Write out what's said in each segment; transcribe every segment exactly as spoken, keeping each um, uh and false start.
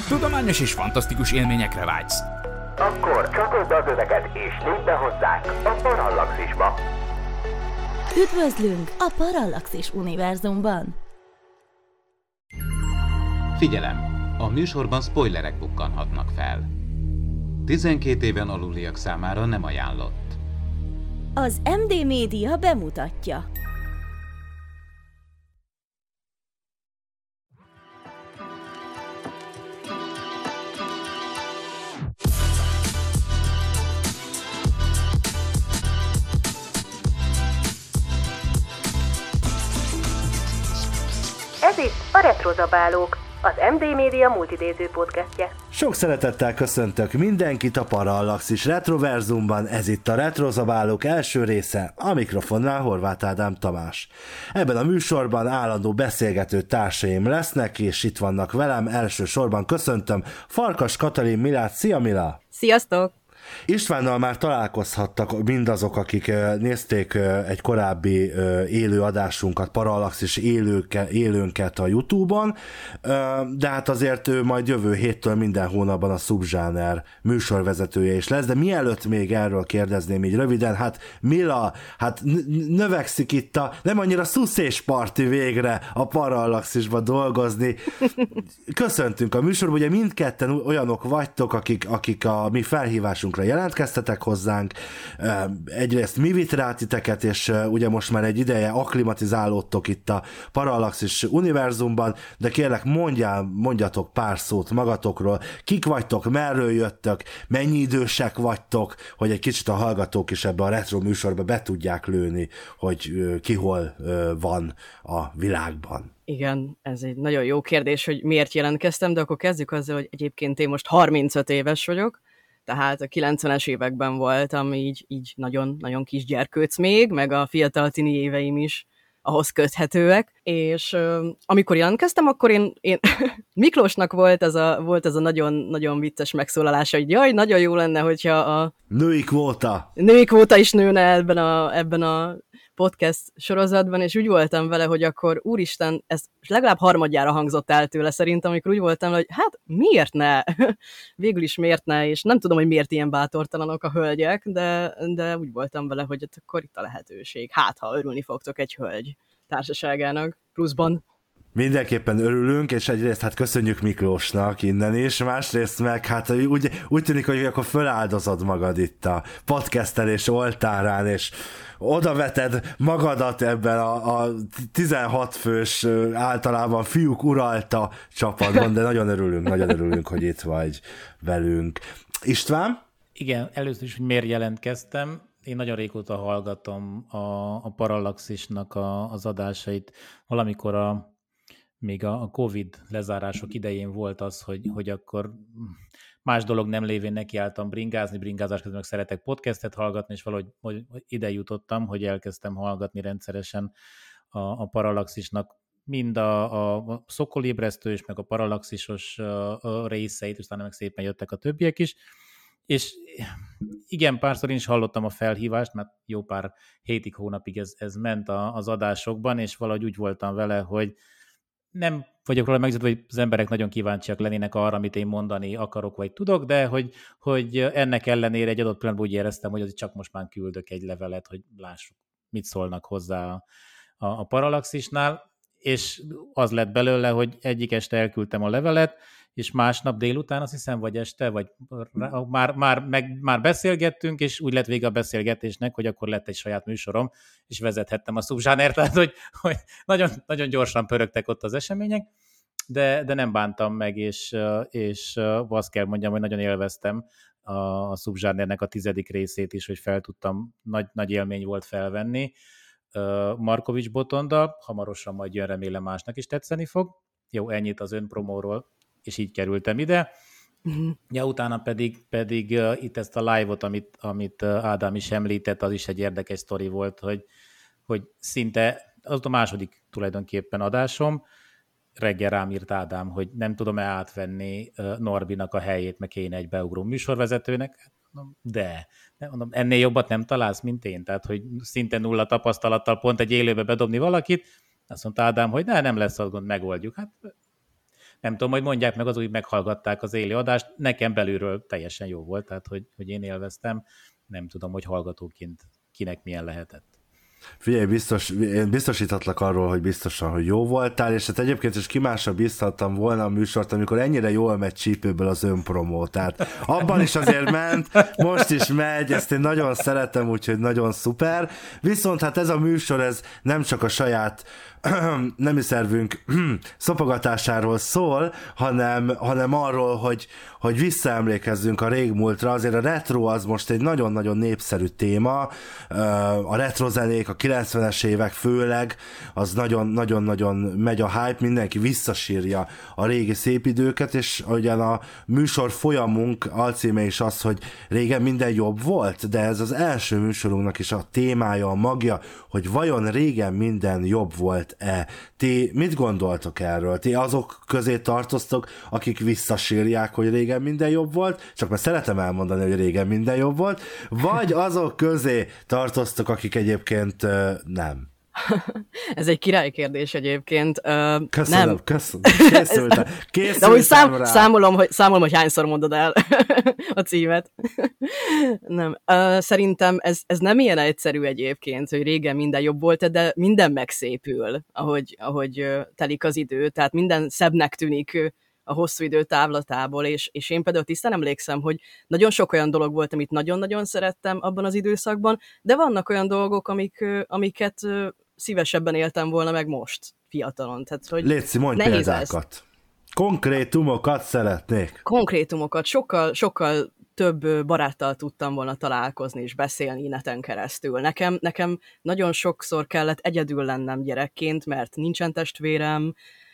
Tudományos és fantasztikus élményekre vágysz? Akkor csatold az öveket és lépj be hozzánk a Parallaxisba! Üdvözlünk a Parallaxis univerzumban! Figyelem! A műsorban spoilerek bukkanhatnak fel. tizenkét éven aluliak számára nem ajánlott. Az em dé Média bemutatja. Ez itt a Retrozabálók, az em dé Média multidéző podcastje. Sok szeretettel köszöntök mindenkit a Parallaxis Retroverzumban, ez itt a Retrozabálók első része, a mikrofonnál Horváth Ádám Tamás. Ebben a műsorban állandó beszélgető társaim lesznek, és itt vannak velem, elsősorban köszöntöm Farkas Katalin Milát. Szia Mila! Sziasztok! Istvánnal már találkozhattak mindazok, akik nézték egy korábbi élő adásunkat, Parallaxis élőke, élőnket a YouTube-on, de hát azért ő majd jövő héttől minden hónapban a Subzsáner műsorvezetője is lesz, de mielőtt még erről kérdezném így röviden, hát Mila, hát növekszik itt a nem annyira szuszés parti végre a Parallaxisba dolgozni. Köszöntünk a műsorban, ugye mindketten olyanok vagytok, akik, akik a mi felhívásunkra jelentkeztetek hozzánk, egyrészt mi vitt rá titeket, és ugye most már egy ideje akklimatizálódtok itt a Parallaxis univerzumban, de kérlek mondjál, mondjatok pár szót magatokról, kik vagytok, merről jöttök, mennyi idősek vagytok, hogy egy kicsit a hallgatók is ebbe a retro műsorba be tudják lőni, hogy ki hol van a világban. Igen, ez egy nagyon jó kérdés, hogy miért jelentkeztem, de akkor kezdjük azzal, hogy egyébként én most harmincöt éves vagyok, tehát a kilencvenes években voltam így, így nagyon, nagyon kis gyerkőc még, meg a fiatal tini éveim is ahhoz köthetőek, és euh, amikor jelentkeztem, akkor én, én Miklósnak volt ez a, volt ez a nagyon, nagyon vicces megszólalása, hogy jaj, nagyon jó lenne, hogyha a női kvóta. Női kvóta is nőne ebben a, ebben a podcast sorozatban, és úgy voltam vele, hogy akkor úristen, ez legalább harmadjára hangzott el tőle szerintem, amikor úgy voltam vele, hogy hát miért ne? Végül is miért ne? És nem tudom, hogy miért ilyen bátortalanok a hölgyek, de, de úgy voltam vele, hogy akkor itt a lehetőség. Hát, ha örülni fogtok egy hölgy társaságának pluszban. Mindenképpen örülünk, és egyrészt hát köszönjük Miklósnak innen is, másrészt meg hát úgy, úgy tűnik, hogy akkor föláldozod magad itt a podcastelés oltárán, és odaveted magadat ebben a, a tizenhat fős általában fiúk uralta csapatban, de nagyon örülünk, nagyon örülünk, hogy itt vagy velünk. István? Igen, először is, hogy miért jelentkeztem. Én nagyon régóta hallgatom a, a Parallaxisnak a, az adásait. Valamikor a még a Covid lezárások idején volt az, hogy, hogy akkor más dolog nem lévén nekiálltam bringázni, bringázás közben meg szeretek podcastet hallgatni, és valahogy hogy ide jutottam, hogy elkezdtem hallgatni rendszeresen a, a Parallaxisnak mind a, a szokolébresztő és meg a Parallaxisos részeit, és utána meg szépen jöttek a többiek is, és igen, párszor én is hallottam a felhívást, mert jó pár hétig, hónapig ez, ez ment a, az adásokban, és valahogy úgy voltam vele, hogy nem vagyok róla meggyőződve, hogy az emberek nagyon kíváncsiak lennének arra, amit én mondani akarok, vagy tudok, de hogy, hogy ennek ellenére egy adott pillanatban úgy éreztem, hogy az csak most már küldök egy levelet, hogy lássuk, mit szólnak hozzá a, a, a Parallaxisnál, és az lett belőle, hogy egyik este elküldtem a levelet, és másnap délután, azt hiszem, vagy este, vagy már, már, meg, már beszélgettünk, és úgy lett vége a beszélgetésnek, hogy akkor lett egy saját műsorom, és vezethettem a Subzsánert, tehát hogy, hogy nagyon, nagyon gyorsan pörögtek ott az események, de, de nem bántam meg, és, és azt kell mondjam, hogy nagyon élveztem a, a Subzsánernek a tizedik részét is, hogy fel tudtam, nagy, nagy élmény volt felvenni. Markovics Botonda, hamarosan majd jön, remélem másnak is tetszeni fog. Jó, ennyit az önpromóról, és így kerültem ide. Uh-huh. Ja, utána pedig, pedig uh, itt ezt a live-ot, amit, amit uh, Ádám is említett, az is egy érdekes sztori volt, hogy, hogy szinte, az a második tulajdonképpen adásom, reggel rám írt Ádám, hogy nem tudom-e átvenni uh, Norbinak a helyét, meg kéne egy beugró műsorvezetőnek, de mondom, ennél jobbat nem találsz, mint én, tehát hogy szinte nulla tapasztalattal pont egy élőbe bedobni valakit, azt mondta Ádám, hogy ne, nem lesz az gond, megoldjuk. Hát Nem tudom, majd mondják meg, az úgy meghallgatták az élő adást. Nekem belülről teljesen jó volt, tehát hogy, hogy én élveztem. Nem tudom, hogy hallgatóként kinek milyen lehetett. Figyelj, biztos, én biztosíthatlak arról, hogy biztosan, hogy jó voltál, és hát egyébként is ki másra bízhattam volna a műsort, amikor ennyire jól megy csípőből az önpromó. Tehát abban is azért ment, most is megy, ezt én nagyon szeretem, úgyhogy nagyon szuper. Viszont hát ez a műsor, ez nem csak a saját nemi szervünk szopogatásáról szól, hanem, hanem arról, hogy, hogy visszaemlékezzünk a régmúltra. Azért a retro az most egy nagyon-nagyon népszerű téma. A retrozenék, a kilencvenes évek főleg, az nagyon-nagyon megy a hype, mindenki visszasírja a régi szép időket, és ugyan a műsor folyamunk alcíme is az, hogy régen minden jobb volt, de ez az első műsorunknak is a témája, a magja, hogy vajon régen minden jobb volt-e. Ti mit gondoltok erről? Ti azok közé tartoztok, akik visszasírják, hogy régen minden jobb volt, csak mert szeretem elmondani, hogy régen minden jobb volt, vagy azok közé tartoztok, akik egyébként uh, nem? Ez egy király kérdés egyébként. Uh, köszönöm, nem. köszönöm. Készültem. Készültem De úgy szám, rá. Számolom, hogy, számolom, hogy hányszor mondod el a címet. Nem. Uh, szerintem ez, ez nem ilyen egyszerű egyébként, hogy régen minden jobb volt, de minden megszépül, ahogy, ahogy uh, telik az idő. Tehát minden szebbnek tűnik uh, a hosszú idő távlatából, és, és én például tisztán emlékszem, hogy nagyon sok olyan dolog volt, amit nagyon-nagyon szerettem abban az időszakban, de vannak olyan dolgok, amik, uh, amiket uh, szívesebben éltem volna meg most, fiatalon. Tehát, hogy Léci, mondj példákat. Ezt. Konkrétumokat szeretnék. Konkrétumokat. Sokkal, sokkal több baráttal tudtam volna találkozni és beszélni neten keresztül. Nekem, nekem nagyon sokszor kellett egyedül lennem gyerekként, mert nincsen testvérem,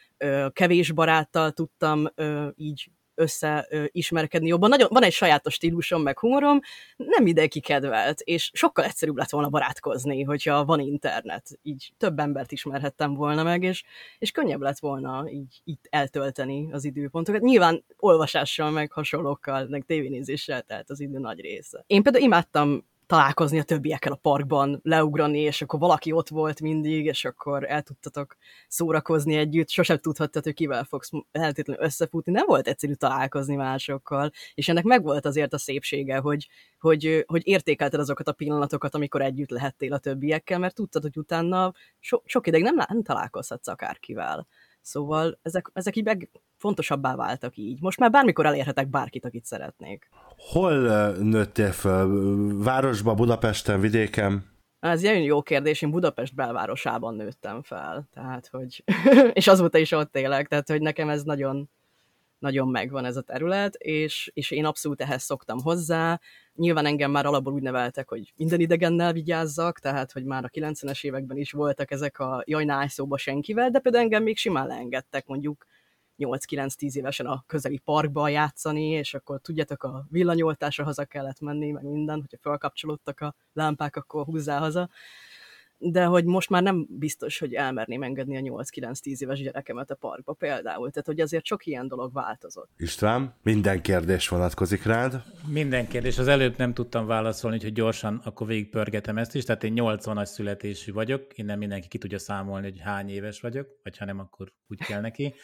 kevés baráttal tudtam így összeismerkedni jobban. Nagyon, van egy sajátos stílusom, meg humorom, nem mindenki kedvelt, és sokkal egyszerűbb lett volna barátkozni, hogyha van internet. Így több embert ismerhettem volna meg, és, és könnyebb lett volna így itt eltölteni az időpontokat. Nyilván olvasással, meg hasonlókkal, meg tévénézéssel telt az idő nagy része. Én például imádtam találkozni a többiekkel a parkban, leugrani, és akkor valaki ott volt mindig, és akkor el tudtatok szórakozni együtt, sosem tudhattad, hogy kivel fogsz feltétlenül összefutni. Nem volt egyszerű találkozni másokkal, és ennek megvolt azért a szépsége, hogy, hogy, hogy értékelted azokat a pillanatokat, amikor együtt lehettél a többiekkel, mert tudtad, hogy utána so, sok ideig nem, nem találkozhatsz akárkivel. Szóval ezek, ezek így meg fontosabbá váltak így. Most már bármikor elérhetek bárkit, akit szeretnék. Hol nőttél fel? Városba, Budapesten, vidéken? Ez ilyen jó kérdés, én Budapest belvárosában nőttem fel, tehát hogy, és azóta is ott élek, tehát hogy nekem ez nagyon, nagyon megvan ez a terület, és, és én abszolút ehhez szoktam hozzá. Nyilván engem már alapból úgy neveltek, hogy minden idegennel vigyázzak, tehát hogy már a kilencvenes években is voltak ezek a jaj, ne állj szóba senkivel, de például engem még simán leengedtek mondjuk nyolc-kilenc-tíz évesen a közeli parkba játszani, és akkor tudjátok, a villanyoltásra haza kellett menni, meg minden, hogyha felkapcsolódtak a lámpák, akkor húzzál haza. De hogy most már nem biztos, hogy elmerném engedni a nyolc-kilenc-tíz éves gyerekemet a parkba például. Tehát, hogy azért sok ilyen dolog változott. István, minden kérdés vonatkozik rád. Minden kérdés. Az előbb nem tudtam válaszolni, hogy gyorsan akkor végigpörgetem ezt is. Tehát én nyolcvanas születésű vagyok. Innen mindenki ki tudja számolni, hogy hány éves vagyok, vagy ha nem, akkor úgy kell neki.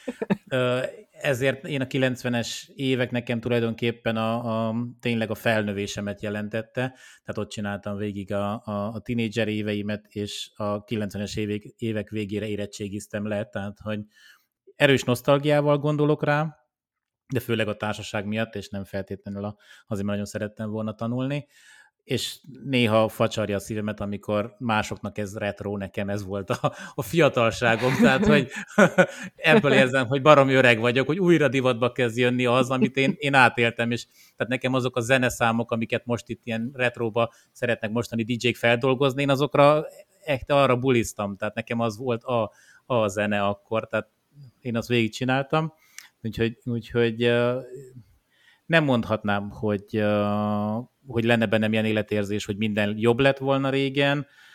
Ezért én a kilencvenes évek nekem tulajdonképpen a, a, tényleg a felnövésemet jelentette. Tehát ott csináltam végig a, a, a tínédzser éveimet, és a kilencvenes évek, évek végére érettségiztem le, tehát hogy erős nosztalgiával gondolok rá, de főleg a társaság miatt, és nem feltétlenül a, azért, mert nagyon szerettem volna tanulni, és néha facsarja a szívemet, amikor másoknak ez retro, nekem ez volt a, a fiatalságom, tehát hogy ebből érzem, hogy baromi öreg vagyok, hogy újra divatba kezd jönni az, amit én, én átéltem, és tehát nekem azok a zeneszámok, amiket most itt ilyen retróba szeretnek mostani dé jék feldolgozni, én azokra echt arra buliztam, tehát nekem az volt a, a zene akkor, tehát én azt végigcsináltam, úgyhogy, úgyhogy nem mondhatnám, hogy, hogy lenne bennem ilyen életérzés, hogy minden jobb lett volna régen.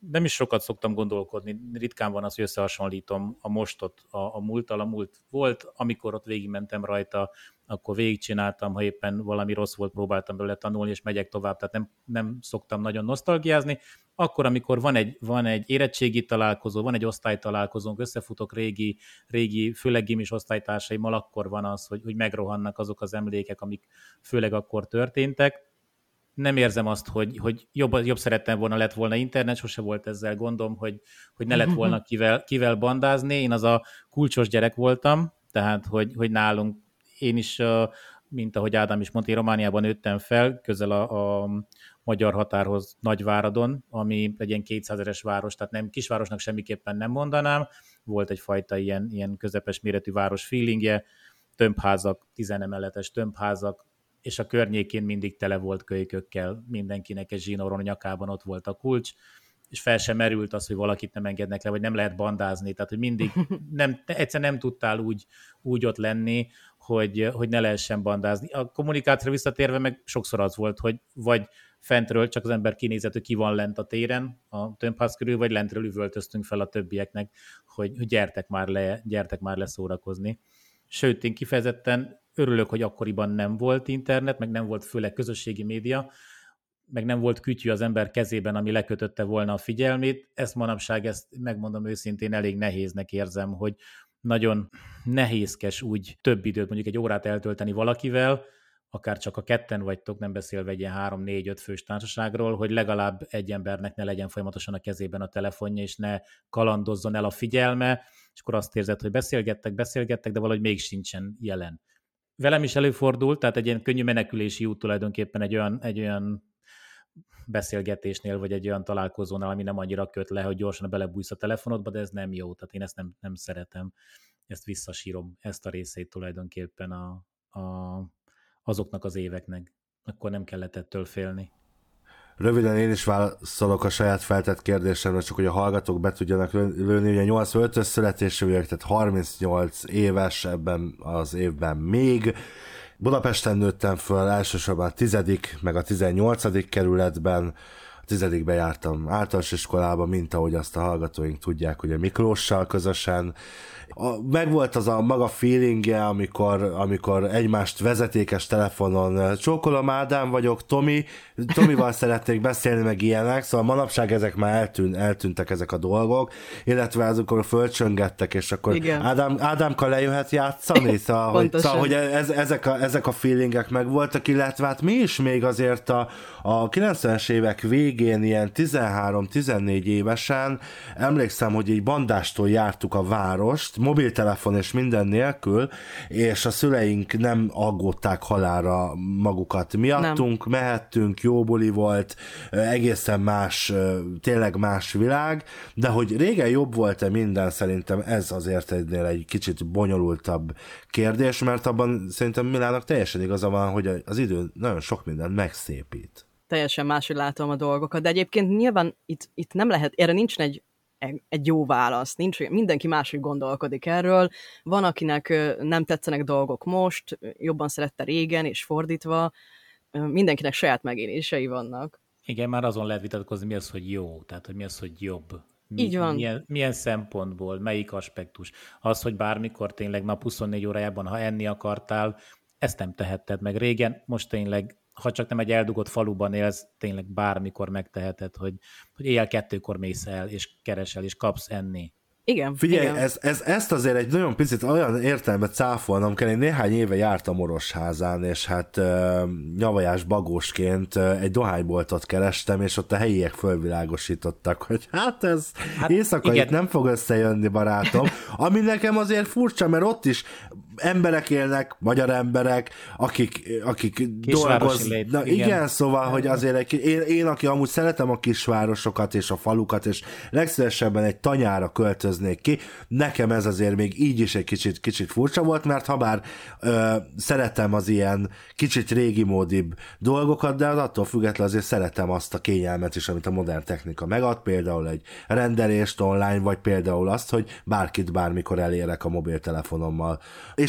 nem is sokat szoktam gondolkodni, ritkán van az, hogy összehasonlítom a mostot a, a múlttal. A múlt volt, amikor ott végigmentem rajta, akkor végigcsináltam, ha éppen valami rossz volt, próbáltam belőle tanulni, és megyek tovább, tehát nem, nem szoktam nagyon nosztalgiázni. Akkor, amikor van egy, van egy érettségi találkozó, van egy osztálytalálkozónk, összefutok régi, régi főleg gimis osztálytársaimmal, akkor van az, hogy, hogy megrohannak azok az emlékek, amik főleg akkor történtek. Nem érzem azt, hogy, hogy jobb, jobb szerettem volna, lett volna internet, sose volt ezzel gondom, hogy, hogy ne lett volna kivel, kivel bandázni. Én az a kulcsos gyerek voltam, tehát hogy, hogy nálunk én is, mint ahogy Ádám is mondta, én Romániában nőttem fel, közel a, a magyar határhoz Nagyváradon, ami egy ilyen kétszázezeres város, tehát nem kisvárosnak semmiképpen nem mondanám. Volt egyfajta ilyen, ilyen közepes méretű város feelingje, tömbházak, tizenemeletes tömbházak, és a környékén mindig tele volt kölykökkel, mindenkinek egy zsinóron a nyakában ott volt a kulcs, és fel sem merült az, hogy valakit nem engednek le, vagy nem lehet bandázni, tehát hogy mindig nem, egyszer nem tudtál úgy, úgy ott lenni, hogy, hogy ne lehessen bandázni. A kommunikációra visszatérve meg sokszor az volt, hogy vagy fentről csak az ember kinézett, hogy ki van lent a téren, a tömbház körül, vagy lentről üvöltöztünk fel a többieknek, hogy, hogy gyertek már le, gyertek már le szórakozni. Sőt, én kifejezetten örülök, hogy akkoriban nem volt internet, meg nem volt főleg közösségi média, meg nem volt kütyű az ember kezében, ami lekötötte volna a figyelmét. Ezt manapság, ezt megmondom őszintén, elég nehéznek érzem, hogy nagyon nehézkes úgy több időt, mondjuk egy órát eltölteni valakivel, akár csak a ketten vagytok, nem beszélve egy ilyen három, négy, öt fős társaságról, hogy legalább egy embernek ne legyen folyamatosan a kezében a telefonja, és ne kalandozzon el a figyelme, és akkor azt érzed, hogy beszélgettek, beszélgettek, de valahogy még sincsen jelen. Velem is előfordult, tehát egy ilyen könnyű menekülési út tulajdonképpen egy olyan, egy olyan beszélgetésnél, vagy egy olyan találkozónál, ami nem annyira köt le, hogy gyorsan belebújsz a telefonodba, de ez nem jó, tehát én ezt nem, nem szeretem, ezt visszasírom, ezt a részét tulajdonképpen a, a, azoknak az éveknek. Akkor nem kellett ettől félni. Röviden én is válaszolok a saját feltett kérdésemre, csak hogy a hallgatók be tudjanak lőni. Ugye nyolcvanötös születésű vagyok, tehát harmincnyolc éves ebben az évben még. Budapesten nőttem föl, elsősorban a tizedik meg a tizennyolcadik kerületben. A tizedikben jártam általános iskolába, mint ahogy azt a hallgatóink tudják, ugye Miklóssal közösen. A, megvolt az a maga feelingje, amikor, amikor egymást vezetékes telefonon csókolom, Ádám vagyok, Tomi, Tomival szeretnék beszélni, meg ilyenek, szóval manapság ezek már eltűn, eltűntek ezek a dolgok, illetve azokor fölcsöngettek, és akkor Ádám, Ádámkkal lejöhet játszani, szóval, hogy, szóval, hogy ez, ezek, a, ezek a feelingek megvoltak, illetve hát mi is még azért a, a kilencvenes évek végén, ilyen tizenhárom-tizennégy évesen emlékszem, hogy egy bandástól jártuk a várost, mobiltelefon és minden nélkül, és a szüleink nem aggódták halálra magukat miattunk, nem. Mehettünk, jó buli volt, egészen más, tényleg más világ, de hogy régen jobb volt-e minden, szerintem ez azért egynél egy kicsit bonyolultabb kérdés, mert abban szerintem Milának teljesen igaza van, hogy az idő nagyon sok mindent megszépít. Teljesen máshogy látom a dolgokat, de egyébként nyilván itt, itt nem lehet, erre nincs egy egy jó válasz, nincs, mindenki máshogy gondolkodik erről, van, akinek nem tetszenek dolgok most, jobban szerette régen, és fordítva, mindenkinek saját megélései vannak. Igen, már azon lehet vitatkozni, mi az, hogy jó, tehát hogy mi az, hogy jobb. Mi, Így van. Milyen, milyen szempontból, melyik aspektus. Az, hogy bármikor tényleg nap huszonnégy órájában, ha enni akartál, ezt nem tehetted meg régen, most tényleg ha csak nem egy eldugott faluban élsz, tényleg bármikor megteheted, hogy, hogy éjjel kettőkor mész el, és keresel, és kapsz enni. Igen. Figyelj, igen. Ez, ez, ezt azért egy nagyon picit olyan értelemben cáfolnom kell. Én néhány éve jártam Orosházán, és hát uh, nyavajás bagósként uh, egy dohányboltot kerestem, és ott a helyiek fölvilágosítottak, hogy hát ez hát, éjszaka itt nem fog összejönni, barátom. Ami nekem azért furcsa, mert ott is emberek élnek, magyar emberek, akik, akik dolgoznak. Igen. igen, szóval, hogy azért egy, én, én, aki amúgy szeretem a kisvárosokat és a falukat, és legszívesebben egy tanyára költöznék ki, nekem ez azért még így is egy kicsit, kicsit furcsa volt, mert ha bár ö, szeretem az ilyen kicsit régi módibb dolgokat, de az attól függetlenül azért szeretem azt a kényelmet is, amit a modern technika megad, például egy rendelést online, vagy például azt, hogy bárkit bármikor elérek a mobiltelefonommal. És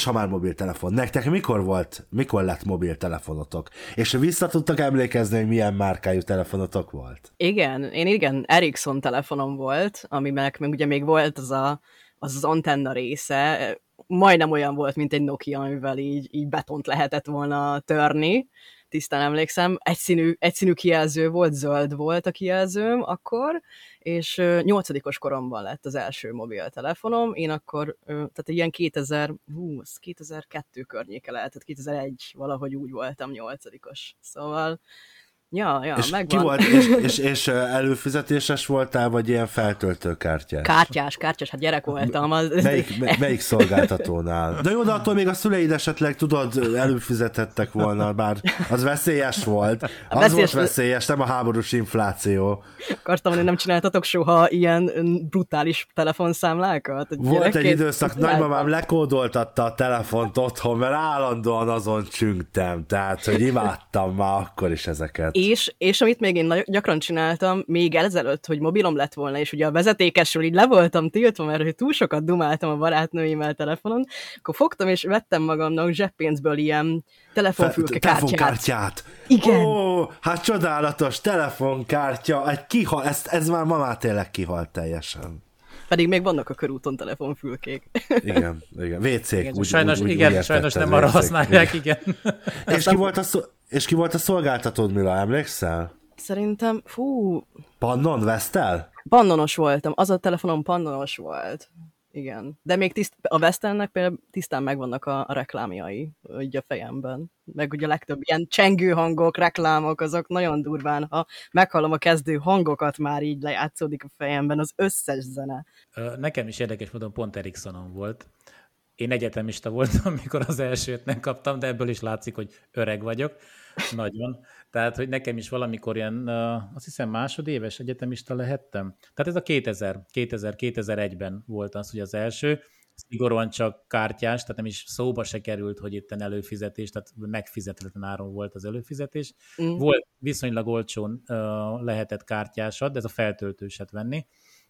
És ha már mobiltelefon, nektek mikor volt, mikor lett mobiltelefonotok? És vissza tudtak emlékezni, hogy milyen márkájú telefonotok volt? Igen, én igen, Ericsson telefonom volt, aminek meg ugye még volt az a, az, az antenna része, majdnem olyan volt, mint egy Nokia, amivel így, így betont lehetett volna törni, tisztán emlékszem, egyszínű, egyszínű kijelző volt, zöld volt a kijelzőm akkor, és nyolcadikos koromban lett az első mobiltelefonom, én akkor, tehát ilyen kétezer, hú, kétezer-kettő környéke lehetett, kétezer-egy, valahogy úgy voltam nyolcadikos, szóval ja, ja, és megvan. Ki volt, és, és, és előfizetéses voltál, vagy ilyen feltöltőkártyás? Kártyás, kártyás, hát gyerek voltam. Az... Melyik, melyik szolgáltatónál? De jó, de attól még a szüleid esetleg, tudod, előfizethettek volna, bár az veszélyes volt. Az veszélyes... volt veszélyes, nem a háborús infláció. Akartam, hogy nem csináltatok soha ilyen brutális telefonszámlákat? Volt egy időszak, nagymamám lekódoltatta a telefont otthon, mert állandóan azon csüngtem, tehát, hogy imádtam már akkor is ezeket. És, és amit még én gyakran csináltam, még ezelőtt, hogy mobilom lett volna, és ugye a vezetékesről így le voltam tiltva, mert hogy túl sokat dumáltam a barátnőimmel telefonon, akkor fogtam és vettem magamnak zseppénzből ilyen telefonfülke kártyát. Telefonkártyát. Igen. Ó, hát csodálatos telefonkártya. Egy kiha, ez, ez már ma már tényleg kihalt teljesen. Pedig még vannak a körúton telefonfülkék. Igen, igen. vé cék. Igen, úgy, sajnos, úgy, úgy, igen, úgy sajnos nem vé cék, arra használják, igen. És ki, volt a szol- és ki volt a szolgáltatód, Mila, emlékszel? Szerintem, fú... Pannon, Vestel? Pannonos voltam, az a telefonom pannonos volt. Igen. De még tiszt, a Vestelnek például tisztán megvannak a, a reklámjai, ugye a fejemben. Meg ugye a legtöbb ilyen csengő hangok, reklámok, azok nagyon durván, ha meghallom a kezdő hangokat, már így lejátszódik a fejemben az összes zene. Nekem is érdekes módon pont Ericssonom volt. Én egyetemista voltam, mikor az elsőt nem kaptam, de ebből is látszik, hogy öreg vagyok. Nagyon. Tehát, hogy nekem is valamikor ilyen, azt hiszem másodéves egyetemista lehettem. Tehát ez a kétezer, kétezer, kétezer-egyben volt az, hogy az első, szigorúan csak kártyás, tehát nem is szóba se került, hogy itten előfizetés, tehát megfizetetlen áron volt az előfizetés. Mm. Volt viszonylag olcsón lehetett kártyásat, de ez a feltöltőset venni.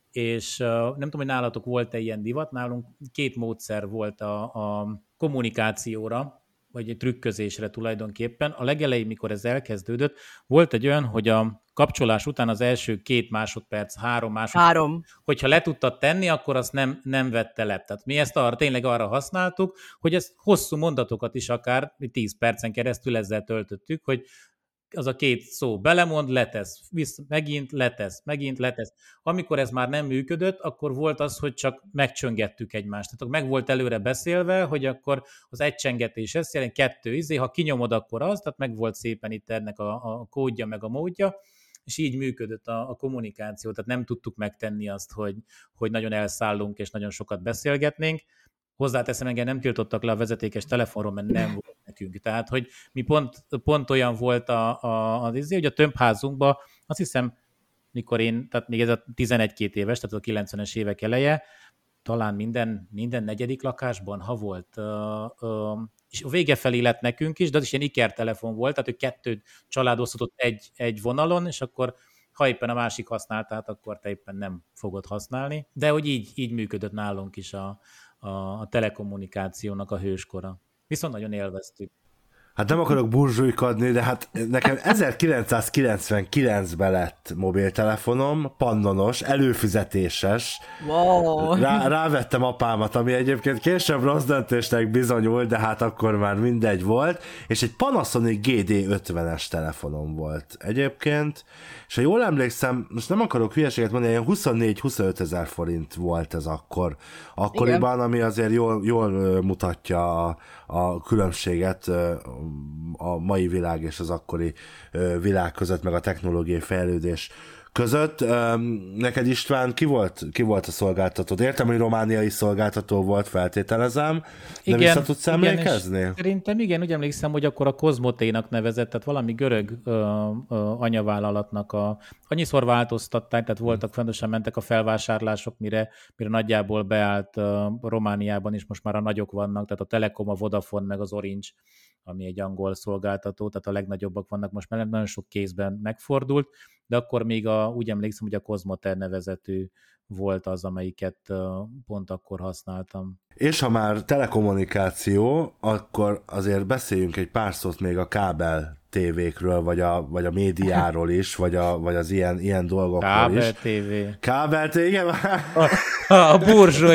És nem tudom, hogy nálatok volt-e ilyen divat, nálunk két módszer volt a, a kommunikációra, vagy egy trükközésre tulajdonképpen. A legelején, mikor ez elkezdődött, volt egy olyan, hogy a kapcsolás után az első két másodperc, három másodperc, három. hogyha le tudtad tenni, akkor azt nem, nem vette le. Tehát mi ezt arra, tényleg arra használtuk, hogy ezt hosszú mondatokat is akár tíz percen keresztül ezzel töltöttük, hogy az a két szó belemond, letesz, visz, megint letesz, megint letesz. Amikor ez már nem működött, akkor volt az, hogy csak megcsöngettük egymást. Tehát meg volt előre beszélve, hogy akkor az egy csengetés ez jelent, kettő izé, ha kinyomod, akkor az, tehát meg volt szépen itt ennek a, a kódja, meg a módja, és így működött a, a kommunikáció, tehát nem tudtuk megtenni azt, hogy, hogy nagyon elszállunk, és nagyon sokat beszélgetnénk. Hozzáteszem, engem nem tiltottak le a vezetékes telefonról, mert nem volt nekünk. Tehát, hogy mi pont, pont olyan volt a, a, az izé, hogy a tömbházunkban, azt hiszem, mikor én, tehát még ez a tizenegy-két éves, tehát a kilencvenes évek eleje, talán minden, minden negyedik lakásban, ha volt, uh, uh, és a vége felé lett nekünk is, de az is ilyen ikertelefon volt, tehát hogy kettő család osztott egy, egy vonalon, és akkor ha éppen a másik használtát, akkor te éppen nem fogod használni. De hogy így, így működött nálunk is a, a, a telekommunikációnak a hőskora. Viszont nagyon élveztük. Hát nem akarok burzsújkodni, de hát nekem ezerkilencszázkilencvenkilencben lett mobiltelefonom, pannonos, előfizetéses. Wow. Rá, rávettem apámat, ami egyébként később rossz döntésnek bizonyult, de hát akkor már mindegy volt, és egy Panasonic gé dé ötvenes telefonom volt egyébként, és ha jól emlékszem, most nem akarok hülyeséget mondani, ilyen huszonnégy-huszonöt ezer forint volt ez akkor, akkoriban, igen, ami azért jól, jól mutatja a, a különbséget a mai világ és az akkori világ között, meg a technológiai fejlődés között. Neked, István, ki volt, ki volt a szolgáltatód? Értem, hogy romániai szolgáltató volt, feltételezem, de igen, vissza tudsz emlékezni? Igen, szerintem igen, úgy emlékszem, hogy akkor a Kozmoténak nevezett, tehát valami görög ö, ö, anyavállalatnak a, annyiszor változtatták, tehát voltak, fontosan mentek a felvásárlások, mire, mire nagyjából beállt ö, Romániában is, most már a nagyok vannak, tehát a Telekom, a Vodafone, meg az Orange ami egy angol szolgáltató, tehát a legnagyobbak vannak most, mert nagyon sok kézben megfordult, de akkor még a, úgy emlékszem, hogy a Cosmoter nevezetű volt az, amelyiket pont akkor használtam. És ha már telekommunikáció, akkor azért beszéljünk egy pár szót még a kábel tévékről, vagy a, vagy a médiáról is, vagy, a, vagy az ilyen, ilyen dolgokról kábel is. tévé. Kábel tévé, igen. A, a, a burzsói.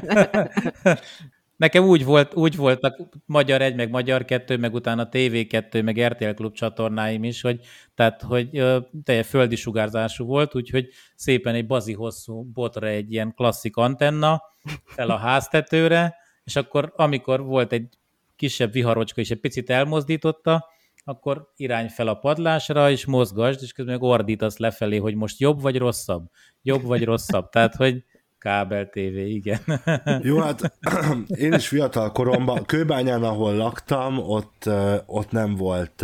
Nekem úgy, volt, úgy voltak Magyar egy, meg Magyar kettő, meg utána té vé kettő, meg er té el Klub csatornáim is, hogy, tehát, hogy teljes földi sugárzású volt, úgyhogy szépen egy bazi hosszú botra egy ilyen klasszik antenna fel a háztetőre, és akkor amikor volt egy kisebb viharocska, és egy picit elmozdította, akkor irány fel a padlásra, és mozgasd, és közben meg ordítasz lefelé, hogy most jobb vagy rosszabb? Jobb vagy rosszabb? Tehát, hogy kábel tévé, igen. Jó, hát én is fiatal koromban, Kőbányán, ahol laktam, ott, ott nem volt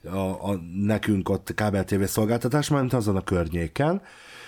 a, a, nekünk ott kábel tévé szolgáltatás, mert azon a környéken,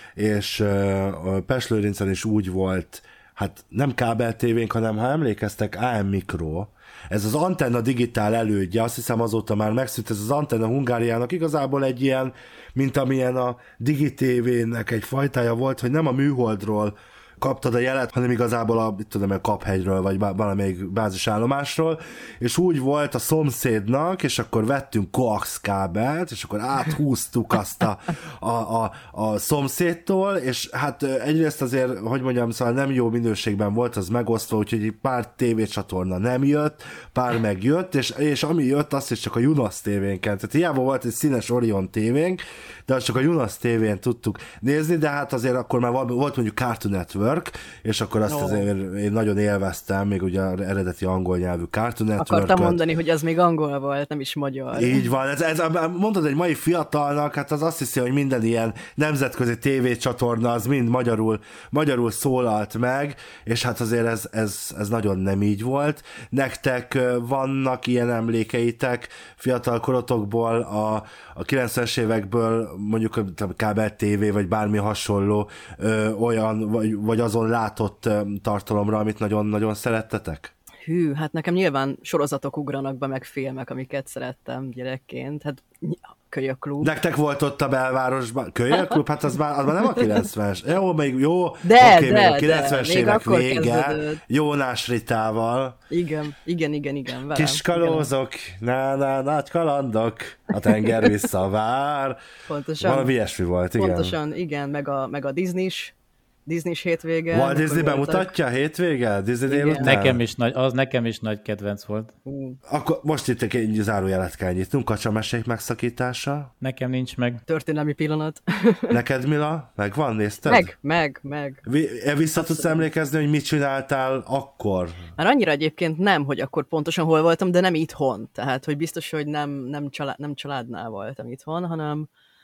és a Pest-Lőrincen is úgy volt, hát nem kábel tévénk, hanem ha emlékeztek, á em Mikro, ez az Antenna digitál elődje, azt hiszem azóta már megszűnt, ez az Antenna Hungáriának igazából egy ilyen, mint amilyen a DigiTV-nek egy fajtája volt, hogy nem a műholdról kaptad a jelet, hanem igazából a, tudom, a Kaphegyről, vagy valamelyik bázisállomásról, és úgy volt a szomszédnak, és akkor vettünk koax kábelt, és akkor áthúztuk azt a, a, a, a szomszédtól, és hát egyrészt azért, hogy mondjam, szóval nem jó minőségben volt az megosztva, úgyhogy egy pár tévécsatorna nem jött, pár megjött, és, és ami jött, azt is csak a Junos tévénken. Tehát hiába volt egy színes Orion tévénk, de azt csak a Junos tévén tudtuk nézni, de hát azért akkor már volt mondjuk Cartoon Network, és akkor azt no. azért én nagyon élveztem, még ugye az eredeti angol nyelvű Cartoon Network-öt. Akartam mondani, hogy az még angol volt, nem is magyar. Így van, ez, ez, mondod egy mai fiatalnak, hát az azt hiszi, hogy minden ilyen nemzetközi tévécsatorna az mind magyarul, magyarul szólalt meg, és hát azért ez, ez, ez nagyon nem így volt. Nektek vannak ilyen emlékeitek fiatal korotokból, a, a kilencvenes évekből, mondjuk a kábel tévé, vagy bármi hasonló ö, olyan, vagy, vagy azon látott tartalomra, amit nagyon-nagyon szerettetek? Hű, hát nekem nyilván sorozatok ugranak be, meg filmek, amiket szerettem gyerekként. Hát Kölyök klub. Nektek volt ott a belvárosban Kölyök klub? Hát az már, az már nem a kilencvenes. Jó, még jó. De, okay, de, a kilencvenes de, évek vége. Kezdődött. Jónás Ritával. Igen, igen, igen, igen. Velem. Kis kalózok, na, na, nagy kalandok, a tenger visszavár. Pontosan. Valami ilyesmi volt, igen. Pontosan, igen, meg a, meg a Disney-s. Disney-s hétvége. Walt Disney bemutatja a hétvége? Disney délután? Nekem is nagy, az nekem is nagy kedvenc volt. Uh. Akkor most itt egy zárójelet kell nyitnunk, kacsamesék megszakítása. Nekem nincs meg. Történelmi pillanat. Neked, Mila? Megvan? Nézted? Meg, meg, meg. Vi- vissza tudsz emlékezni, hogy mit csináltál akkor? Már annyira egyébként nem, hogy akkor pontosan hol voltam, de nem itthon. Tehát, hogy biztos, hogy nem, nem, család, nem családnál voltam itthon, hanem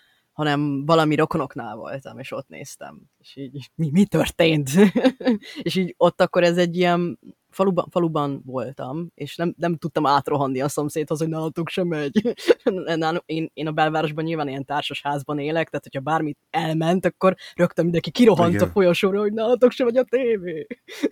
hanem valami rokonoknál voltam, és ott néztem. És így, mi, mi történt? És így ott akkor ez egy ilyen faluban, faluban voltam, és nem, nem tudtam átrohanni a szomszédhoz, hogy nálatok sem megy. én, én a belvárosban nyilván ilyen társasházban élek, tehát hogyha bármit elment, akkor rögtön mindenki kirohant igen. a folyosóra, hogy nálatok sem megy a tévé.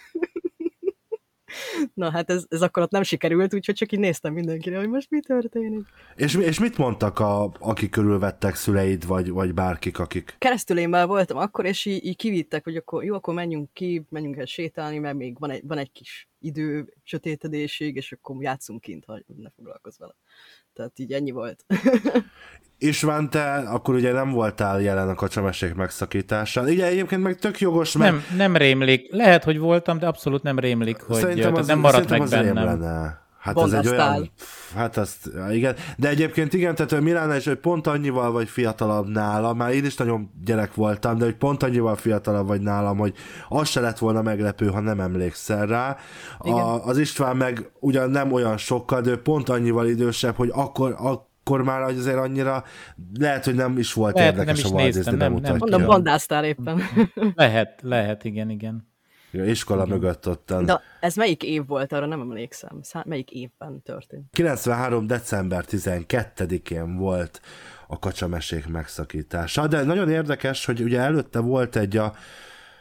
Na hát ez, ez akkor ott nem sikerült, úgyhogy csak így néztem mindenkire, hogy most mi történik. És, és mit mondtak, a, akik körülvettek, szüleid, vagy, vagy bárkik, akik? Keresztülénben voltam akkor, és így, így kivittek, hogy akkor jó, akkor menjünk ki, menjünk el sétálni, mert még van egy, van egy kis idő, sötétedésig, és akkor játszunk kint, ha ne foglalkozz vele. Tehát így ennyi volt. István, te akkor ugye nem voltál jelen a kacsamesék megszakításán. Ugye egyébként meg tök jogos, mert... Nem, nem rémlik. Lehet, hogy voltam, de abszolút nem rémlik, hogy az, nem maradt meg bennem. Hát ez egy olyan... Hát azt, igen. De egyébként igen, tehát Milana is, hogy pont annyival vagy fiatalabb nálam, már én is nagyon gyerek voltam, de hogy pont annyival fiatalabb vagy nálam, hogy az se lett volna meglepő, ha nem emlékszel rá. A, az István meg ugyan nem olyan sokkal, de pont annyival idősebb, hogy akkor, akkor már azért annyira lehet, hogy nem is volt lehet, érdekes nem a Walt Disney bemutatja. Mondom, bandáztál éppen. Lehet, lehet, igen, igen. Ja, iskola igen. mögött ottan. De ez melyik év volt, arra nem emlékszem. Melyik évben történt? kilencvenhárom december tizenkettedikén volt a kacsamesék megszakítása. De nagyon érdekes, hogy ugye előtte volt egy a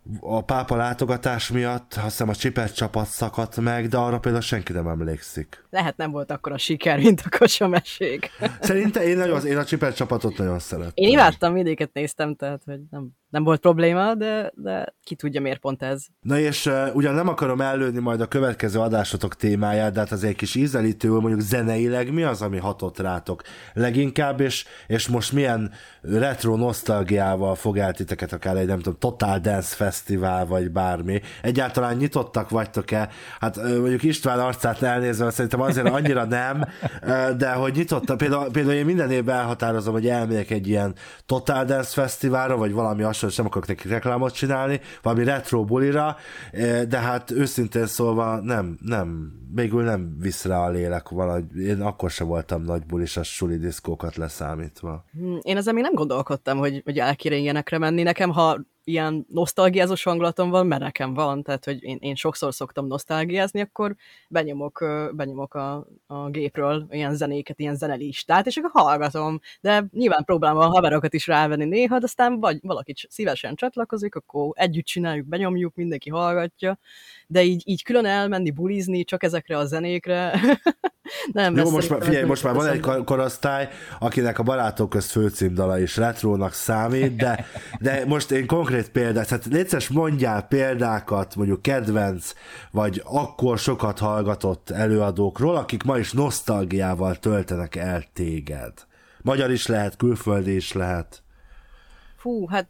A pápa látogatás miatt, azt hiszem a Csipet csapat szakadt meg, de arra például senki nem emlékszik. Lehet nem volt akkor a siker, mint a Kossuth-mesék. Szerintem én, nagyon, én a Csipet csapatot nagyon szerettem. Én imádtam, mindéket néztem, tehát hogy nem, nem volt probléma, de, de ki tudja miért pont ez. Na és uh, ugyan nem akarom előni majd a következő adásotok témáját, de hát azért egy kis ízelítőül mondjuk zeneileg mi az, ami hatott rátok leginkább, és, és most milyen retro nosztalgiával fog el titeket akár egy, nem tudom, Total Dance Fesztivál, vagy bármi. Egyáltalán nyitottak vagytok-e? Hát mondjuk István arcát elnézve, szerintem azért annyira nem, de hogy nyitottak, például, például én minden évben elhatározom, hogy elmegyek egy ilyen Total Dance Fesztiválra, vagy valami hasonló, sem akarok nekik reklámot csinálni, valami retro bulira, de hát őszintén szólva nem, nem, végül nem visz rá a lélek valahogy. Én akkor sem voltam nagy bulis, a suli diszkókat leszámítva. Én ezzel még nem gondolkodtam, hogy, hogy el kéne ilyenekre menni. Nekem, ha ilyen nosztalgiázós hangulatom van, mert nekem van, tehát hogy én, én sokszor szoktam nosztalgiázni, akkor benyomok, benyomok a, a gépről ilyen zenéket, ilyen zenelistát, és akkor hallgatom, de nyilván próbálom a haverokat is rávenni néha, de aztán vagy valaki szívesen csatlakozik, akkor együtt csináljuk, benyomjuk, mindenki hallgatja, de így, így külön elmenni, bulizni csak ezekre a zenékre, nem. Jó, most már, figyelj, most már van egy korosztály, akinek a Barátok közt főcímdala is retrónak számít, de, de most én konkrét példát, hát létszes mondjál példákat, mondjuk kedvenc, vagy akkor sokat hallgatott előadókról, akik ma is nosztalgiával töltenek el téged. Magyar is lehet, külföldi is lehet. Fú, hát...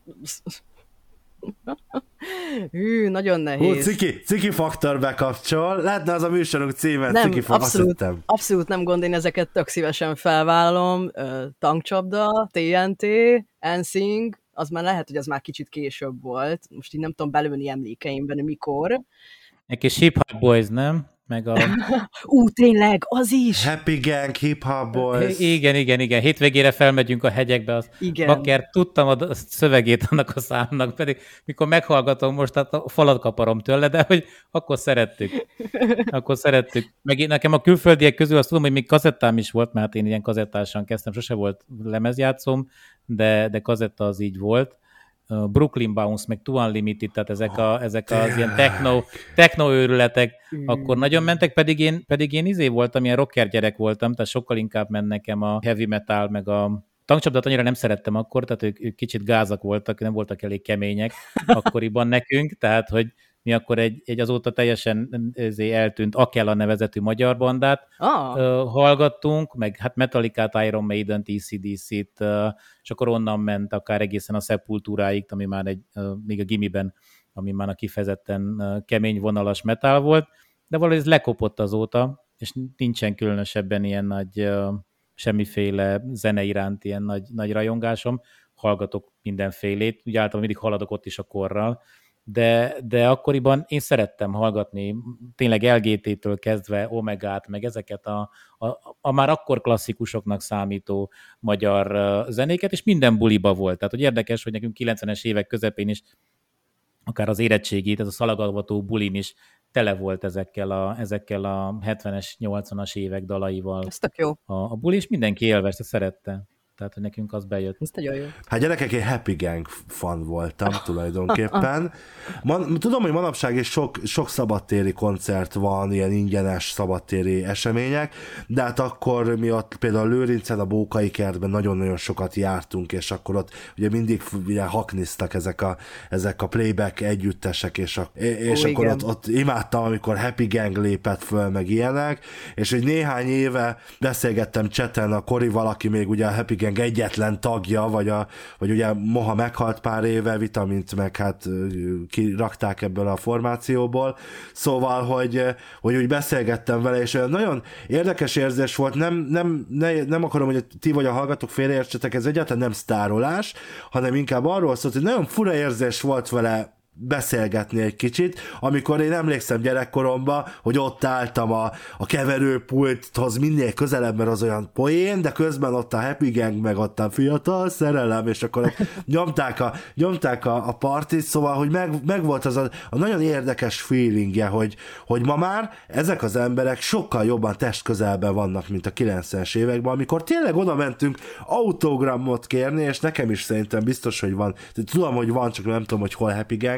Hű, nagyon nehéz. Hú, ciki, ciki faktor bekapcsol. Lehetne az a műsorunk címe, nem, ciki faktor. Abszolút, abszolút nem gond, én ezeket tök szívesen felvállalom. Tankcsapda, té en té, en sing, az már lehet, hogy az már kicsit később volt. Most így nem tudom belőni emlékeimben, mikor. Egy kis hip-hop boys, nem? Meg a... Ú, tényleg, az is! Happy Gang, Hip Hop Boys. Igen, igen, igen. Hétvégére felmegyünk a hegyekbe, az igen. Bakker, tudtam a szövegét annak a számnak, pedig mikor meghallgatom most, hát a falat kaparom tőle, de hogy akkor szerettük. Akkor szerettük. Meg nekem a külföldiek közül azt tudom, hogy még kazettám is volt, mert én ilyen kazettásan kezdtem, sose volt lemezjátszóm, de, de kazetta az így volt. Brooklyn Bounce, meg Two Unlimited, tehát ezek, a, ezek az ilyen techno, techno őrületek mm. akkor nagyon mentek, pedig én, pedig én izé voltam, ilyen rocker gyerek voltam, tehát sokkal inkább ment nekem a heavy metal, meg a tankcsapdát annyira nem szerettem akkor, tehát ők, ők kicsit gázak voltak, nem voltak elég kemények akkoriban nekünk, tehát hogy mi akkor egy, egy azóta teljesen eltűnt Akela nevezetű magyar bandát ah. uh, hallgattunk, meg hát Metallicát, Iron Maiden-t, á cé dé cét, uh, és akkor onnan ment akár egészen a Sepulturáig, ami már egy, uh, még a gimiben, ami már a kifejezetten uh, kemény vonalas metal volt, de valahogy ez lekopott azóta, és nincsen különösebben ilyen nagy, uh, semmiféle zene iránt ilyen nagy, nagy rajongásom, hallgatok mindenfélét, ugye általában mindig haladok ott is a korral, De, de akkoriban én szerettem hallgatni tényleg el gé té-től kezdve Omegát, meg ezeket a, a, a már akkor klasszikusoknak számító magyar zenéket, és minden buliba volt. Tehát, hogy érdekes, hogy nekünk kilencvenes évek közepén is, akár az érettségi, ez a szalagalvató bulin is tele volt ezekkel a, ezekkel a hetvenes, nyolcvanas évek dalaival. Ez tök jó. A, a buli, és mindenki élvezte, szerette. Tehát, hogy nekünk az bejött. Ez nagyon jó. Hát gyerekek, én Happy Gang fan voltam tulajdonképpen. Man, tudom, hogy manapság is sok, sok szabadtéri koncert van, ilyen ingyenes szabadtéri események, de hát akkor mi ott például Lőrincen, a Bókai kertben nagyon-nagyon sokat jártunk, és akkor ott ugye mindig ugye hakniztak ezek a, ezek a playback együttesek, és, a, és Ó, akkor ott, ott imádtam, amikor Happy Gang lépett föl, meg ilyenek, és hogy néhány éve beszélgettem chaten a Korival, aki még ugye a Happy Gang egyetlen tagja, vagy, a, vagy ugye Moha meghalt pár éve, Vitamint meg hát kirakták ebből a formációból, szóval, hogy, hogy úgy beszélgettem vele, és olyan nagyon érdekes érzés volt, nem, nem, ne, nem akarom, hogy ti vagy a hallgatók félreértsetek, ez egyáltalán nem sztárolás, hanem inkább arról szólt, hogy nagyon fura érzés volt vele beszélgetni egy kicsit, amikor én emlékszem gyerekkoromban, hogy ott álltam a, a keverőpulthoz minél közelebb, mert az olyan poén, de közben ott a Happy Gang, meg ott a fiatal szerelem, és akkor nyomták a, nyomták a, a partit, szóval, hogy meg, meg volt az a, a nagyon érdekes feelingje, hogy, hogy ma már ezek az emberek sokkal jobban testközelben vannak, mint a kilencvenes években, amikor tényleg oda mentünk autogramot kérni, és nekem is szerintem biztos, hogy van, tudom, hogy van, csak nem tudom, hogy hol Happy Gang,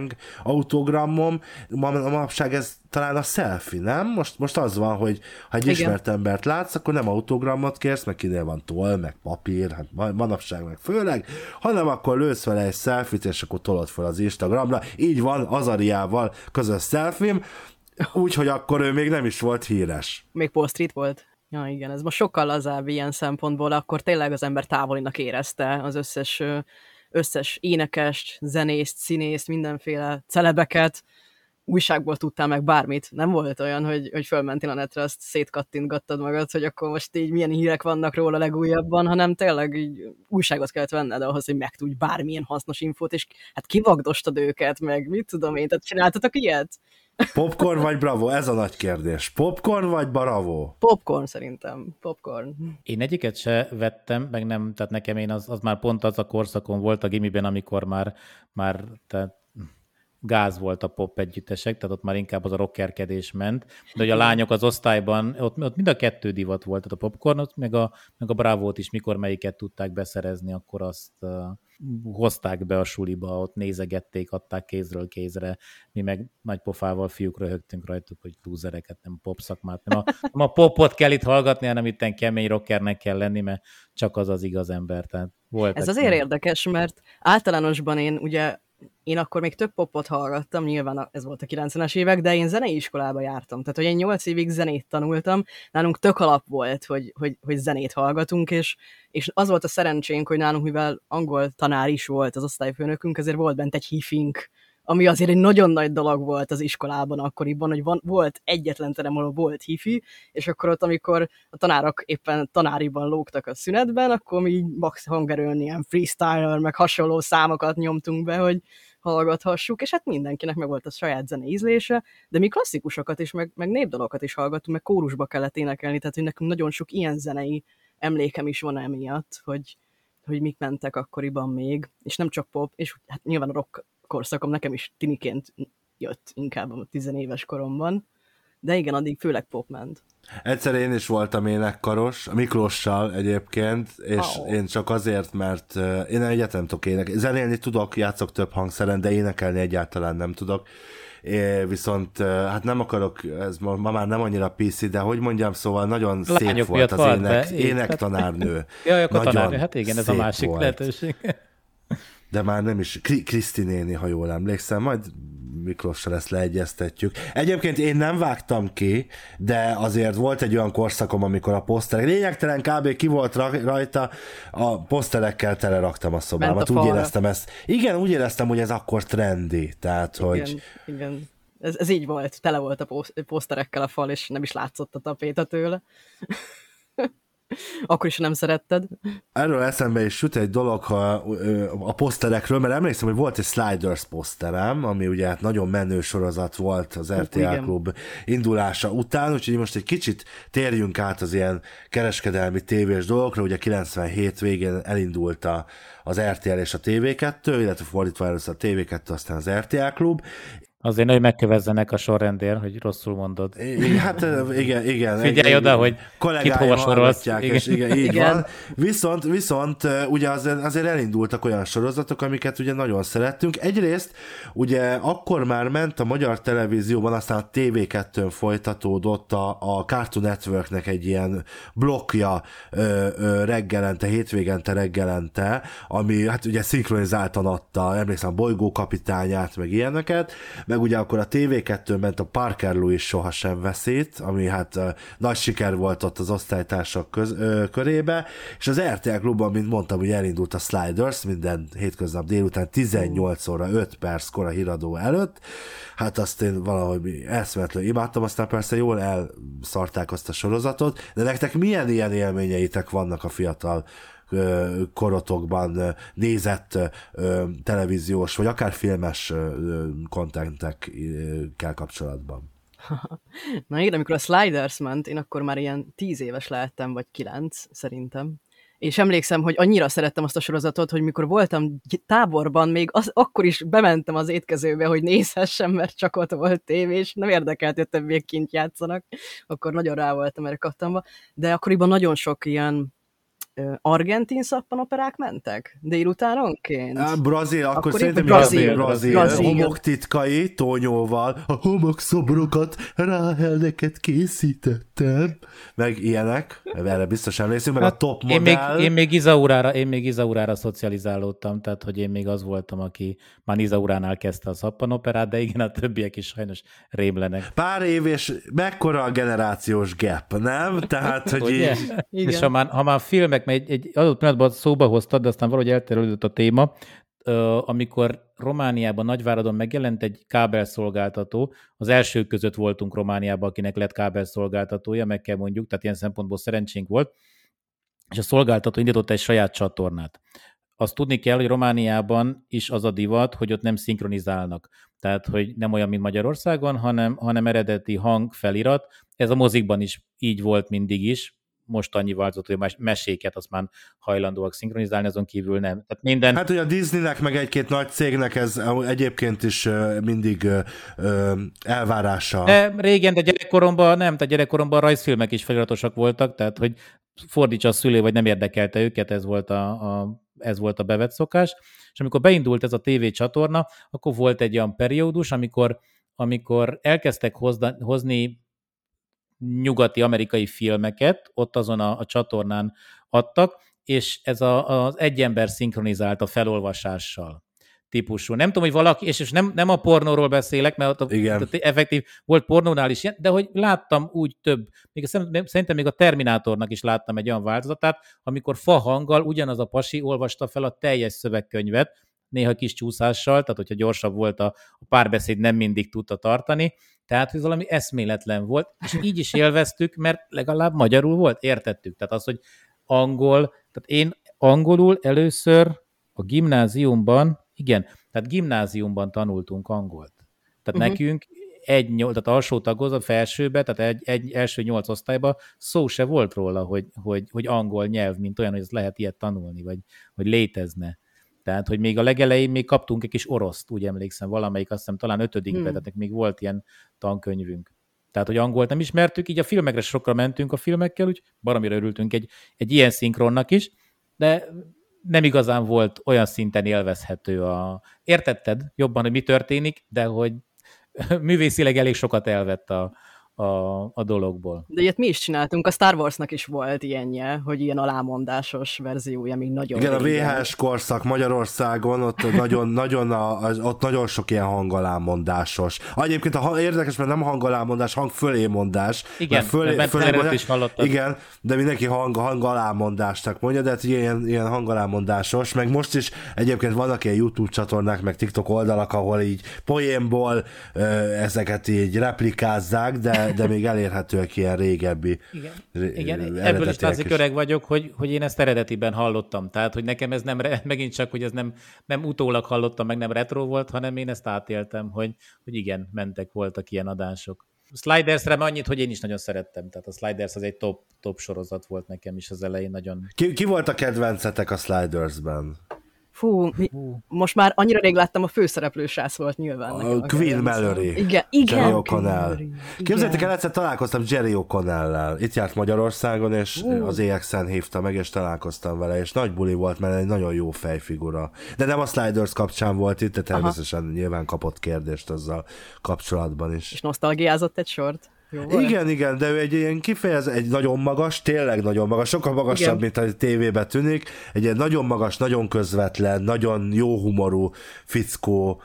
Gang autogramom, ma, a manapság ez talán a selfie, nem? Most, most az van, hogy ha egy Igen. ismert embert látsz, akkor nem autogramot kérsz, meg kinél van toll, meg papír, hát manapság meg főleg, hanem akkor lősz vele egy selfie-t, és akkor tolod fel az Instagramra. Így van Azariával közös selfie-m, úgyhogy akkor ő még nem is volt híres. Még Paul Street volt? Ja, igen, ez most sokkal lazább ilyen szempontból, akkor tényleg az ember távolinak érezte az összes, összes énekest, zenészt, színészt, mindenféle celebeket, újságból tudtál meg bármit. Nem volt olyan, hogy, hogy fölmentél a netre, azt szétkattintgattad magad, hogy akkor most így milyen hírek vannak róla legújabban, hanem tényleg így újságot kellett venned ahhoz, hogy megtudj bármilyen hasznos infót, és hát kivagdostad őket, meg mit tudom én, tehát csináltatok ilyet? Popcorn vagy Bravo? Ez a nagy kérdés. Popcorn vagy Bravo? Popcorn szerintem. Popcorn. Én egyiket se vettem, meg nem, tehát nekem én az, az már pont az a korszakon volt a gimiben, amikor már, már tehát gáz volt a pop együttesek, tehát ott már inkább az a rockerkedés ment, de hogy a lányok az osztályban, ott, ott mind a kettő divat volt, tehát a popcornot, meg a, meg a Bravo-t is, mikor melyiket tudták beszerezni, akkor azt uh, hozták be a suliba, ott nézegették, adták kézről kézre, mi meg nagy pofával fiúk röhögtünk rajtuk, hogy lúzereket, nem pop szakmát, nem a, nem a popot kell itt hallgatni, hanem itten kemény rockernek kell lenni, mert csak az az igaz ember, tehát volt. Ez azért érdekes, mert általánosban én ugye én akkor még több popot hallgattam, nyilván ez volt a kilencvenes évek, de én zenei iskolába jártam. Tehát, hogy én nyolc évig zenét tanultam, nálunk tök alap volt, hogy, hogy, hogy zenét hallgatunk, és, és az volt a szerencsénk, hogy nálunk, mivel angol tanár is volt az osztályfőnökünk, ezért volt bent egy hifink, ami azért egy nagyon nagy dolog volt az iskolában akkoriban, hogy van, volt egyetlen terem, ahol volt hifi, és akkor ott, amikor a tanárok éppen tanáriban lógtak a szünetben, akkor mi így max hangerőn ilyen freestyler, meg hasonló számokat nyomtunk be, hogy hallgathassuk, és hát mindenkinek meg volt a saját zene ízlése, de mi klasszikusokat is, meg, meg népdalokat is hallgattunk, meg kórusba kellett énekelni, tehát hogy nekünk nagyon sok ilyen zenei emlékem is van emiatt, hogy, hogy mik mentek akkoriban még, és nem csak pop, és hát nyilván a rock korszakom nekem is tiniként jött inkább a tizenéves koromban, de igen, addig főleg pop ment. Egyszer én is voltam énekkaros, a Miklóssal egyébként, és oh. én csak azért, mert én egyetem tudok énekelni. Zenélni tudok, játszok több hangszeren, de énekelni egyáltalán nem tudok. É, viszont hát nem akarok, ez ma, ma már nem annyira pé cé, de hogy mondjam, szóval nagyon Lányok szép volt az ének, énektanárnő. Jaj, akkor tanárnő, hát igen, ez a másik volt. Lehetőség. De már nem is, Kriszti néni, ha jól emlékszem, majd Miklóssal ezt leegyeztetjük. Egyébként én nem vágtam ki, de azért volt egy olyan korszakom, amikor a poszterek, lényegtelen kb. Ki volt rajta, a poszterekkel teleraktam a szobámat. Úgy éreztem ezt. Igen, úgy éreztem, hogy ez akkor trendi. Tehát, igen, hogy... igen. Ez, ez így volt. Tele volt a poszterekkel a fal, és nem is látszott a tapéta tőle. Akkor is nem szeretted. Erről eszembe is jut egy dolog ha, a poszterekről, mert emlékszem, hogy volt egy Sliders poszterem, ami ugye hát nagyon menő sorozat volt az er té el Klub indulása után, úgyhogy most egy kicsit térjünk át az ilyen kereskedelmi tévés dolgokra. Ugye kilencvenhét végén elindult a, az er té el és a té vé kettő, illetve fordítva először a té vé kettő, aztán az er té el Klub. Azért, hogy megkövezzenek a sorrendért, hogy rosszul mondod. I, hát igen, igen. Figyelj oda, hogy kit hova sorolsz. És igen, így igen. van. Viszont, viszont ugye azért, azért elindultak olyan sorozatok, amiket ugye nagyon szerettünk. Egyrészt ugye akkor már ment a magyar televízióban, aztán a té vé kettőn folytatódott a, a Cartoon Networknek egy ilyen blokkja ö, ö, reggelente, hétvégente reggelente, ami hát ugye szinkronizáltan adta, emlékszem, a Bolygó kapitányát, meg ilyeneket, meg ugye akkor a té vé kettőn ment a Parker Lewis Sohasem veszít, ami hát uh, nagy siker volt ott az osztálytársak köz, ö, körébe, és az er té el Klubban, mint mondtam, ugye elindult a Sliders minden hétköznap délután tizennyolc óra öt perckor a híradó előtt, hát azt én valahogy eszméletlenül imádtam, aztán persze jól elszarták azt a sorozatot, de nektek milyen ilyen élményeitek vannak a fiatal korotokban nézett televíziós, vagy akár filmes kontentekkel kapcsolatban? Na igen, amikor a Sliders ment, én akkor már ilyen tíz éves lehettem, vagy kilenc, szerintem. És emlékszem, hogy annyira szerettem azt a sorozatot, hogy mikor voltam táborban, még az, akkor is bementem az étkezőbe, hogy nézhessem, mert csak ott volt tévés, nem érdekelt, hogy többiek kint játszanak, akkor nagyon rá voltam erre kattanva, de akkoriban nagyon sok ilyen argentin szappanoperák mentek délutánonként? Á, Brazil, akkor, Akkor szerintem Brazil, Brazil, Brazil, Brazil. homokitkai Tónyóval, a homokszobrokat Ráhelneket készítettem, meg ilyenek, erre biztos emlékszünk, meg a top Én még, modell. én még Izaurára, én még Izaurára szocializálódtam, tehát hogy én még az voltam, aki már Izauránál kezdte a szappanoperát, de igen, a többiek is sajnos rémlenek. Pár év, és mekkora a generációs gap, nem? Tehát, hogy Ugye? így... Igen. És ha már, ha már filmek, mert egy, egy adott pillanatban szóba hoztad, de aztán valahogy elterülődött a téma, amikor Romániában, Nagyváradon megjelent egy kábelszolgáltató, az elsők között voltunk Romániában, akinek lett kábelszolgáltatója, meg kell mondjuk, tehát ilyen szempontból szerencsénk volt, és a szolgáltató indított egy saját csatornát. Azt tudni kell, hogy Romániában is az a divat, hogy ott nem szinkronizálnak. Tehát, hogy nem olyan, mint Magyarországon, hanem, hanem eredeti hangfelirat. Ez a mozikban is így volt mindig is. Most annyi változott, hogy a meséket azt már hajlandóak szinkronizálni, azon kívül nem. Tehát minden... Hát ugye a Disneynek, meg egy-két nagy cégnek ez egyébként is mindig elvárása. De régen, de gyerekkoromban nem, tehát gyerekkoromban rajzfilmek is feliratosak voltak, tehát hogy fordítsa a szülő, vagy nem érdekelte őket, ez volt a, a, ez volt a bevett szokás. És amikor beindult ez a tévécsatorna, akkor volt egy olyan periódus, amikor, amikor elkezdtek hozda, hozni nyugati amerikai filmeket, ott azon a, a csatornán adtak, és ez a, az egy ember szinkronizált a felolvasással típusú. Nem tudom, hogy valaki, és, és nem, nem a pornóról beszélek, mert ott a, effektív volt pornónál is ilyen, de hogy láttam úgy több, még szerintem még a Terminátornak is láttam egy olyan változatát, amikor fa hanggal ugyanaz a pasi olvasta fel a teljes szövegkönyvet, néha kis csúszással, tehát hogyha gyorsabb volt a, a párbeszéd, nem mindig tudta tartani, tehát ez valami eszméletlen volt, és így is élveztük, mert legalább magyarul volt, értettük. Tehát az, hogy angol, tehát én angolul először a gimnáziumban, igen, tehát gimnáziumban tanultunk angolt. Tehát uh-huh. nekünk egy, tehát alsó tagozat, felsőbe, tehát egy, egy első nyolc osztályban szó se volt róla, hogy, hogy, hogy angol nyelv, mint olyan, hogy ezt lehet ilyet tanulni, vagy hogy létezne. Tehát, hogy még a legelején még kaptunk egy kis oroszt, úgy emlékszem, valamelyik, azt hiszem, talán ötödikben, hmm. tehát még volt ilyen tankönyvünk. Tehát, hogy angolt nem ismertük, így a filmekre sokra mentünk a filmekkel, úgy baromira örültünk egy, egy ilyen szinkronnak is, de nem igazán volt olyan szinten élvezhető a... Értetted jobban, hogy mi történik, de hogy művészileg elég sokat elvett a, a, a dologból. De ilyet mi is csináltunk, a Star Warsnak is volt ilyenje, hogy ilyen alámondásos verziója, még nagyon igen, régen. a vé há es korszak Magyarországon, ott nagyon, nagyon, a, ott nagyon sok ilyen hangalámondásos. Egyébként a, érdekes, mert nem hangalámondás, hangfölémondás. Igen, fölé, mert fölé, erről is hallottad. Igen, de mindenki hang, hangalámondásnak mondja, de hát ilyen, ilyen hangalámondásos, meg most is egyébként vannak ilyen YouTube csatornák, meg TikTok oldalak, ahol így poénból ö, ezeket így replikázzák, de de még elérhetőek ilyen régebbi. Igen, Igen. ebből is látszik öreg vagyok, hogy, hogy én ezt eredetiben hallottam. Tehát, hogy nekem ez nem, megint csak, hogy ez nem, nem utólag hallottam, meg nem retro volt, hanem én ezt átéltem, hogy, hogy igen, mentek, voltak ilyen adások. Slidersre annyit, hogy én is nagyon szerettem. Tehát a Sliders az egy top, top sorozat volt nekem is az elején nagyon. Ki, ki volt a kedvencetek a Slidersben? Fú, mi, most már annyira rég láttam, a főszereplő srác volt nyilván. A nekem, Queen Mallory. Igen, igen. Jerry O'Connell. Képzeljétek el, egyszer találkoztam Jerry O'Connell-lel. Itt járt Magyarországon, és uh. az é exen hívta meg, és találkoztam vele, és nagy buli volt, mert egy nagyon jó fejfigura. De nem a Sliders kapcsán volt itt, de természetesen Aha. nyilván kapott kérdést azzal kapcsolatban is. És nosztalgiázott egy sort. Igen, igen, de ő egy ilyen kifejez, egy nagyon magas, tényleg nagyon magas, sokkal magasabb, igen. mint a tévében tűnik, egy ilyen nagyon magas, nagyon közvetlen, nagyon jó humorú fickónak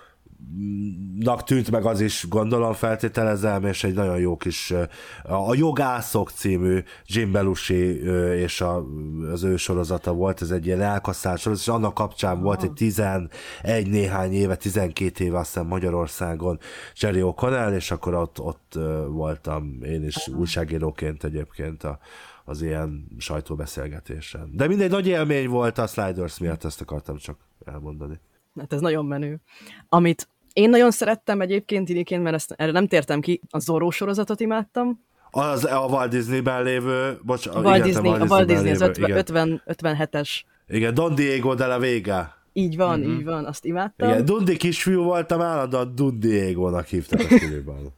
tűnt meg az is, gondolom, feltételezem, és egy nagyon jó kis, a Jogászok című Jim Belushi és a, az ő sorozata volt, ez egy ilyen elkasszált sorozat, és annak kapcsán oh. volt egy tizenegy néhány éve, tizenkét éve azt hiszem Magyarországon Jerry O'Connell, és akkor ott, ott voltam én is újságíróként egyébként a, az ilyen sajtóbeszélgetésen. De mindegy nagy élmény volt a Sliders miatt, ezt akartam csak elmondani. Hát ez nagyon menő. Amit én nagyon szerettem egyébként idénként, mert ezt, erre nem tértem ki, a Zorro sorozatot imádtam. Az a Walt Disneyben lévő, bocs, a Walt igen, Disney, a Walt a Walt Disney lévő, az ötven, ötven, ötvenhetes. Igen, Don Diego de la Vega. Így van, mm-hmm. így van, azt imádtam. Igen, Dundi kisfiú voltam, állandóan Dundi Égónak hívtak a filmben.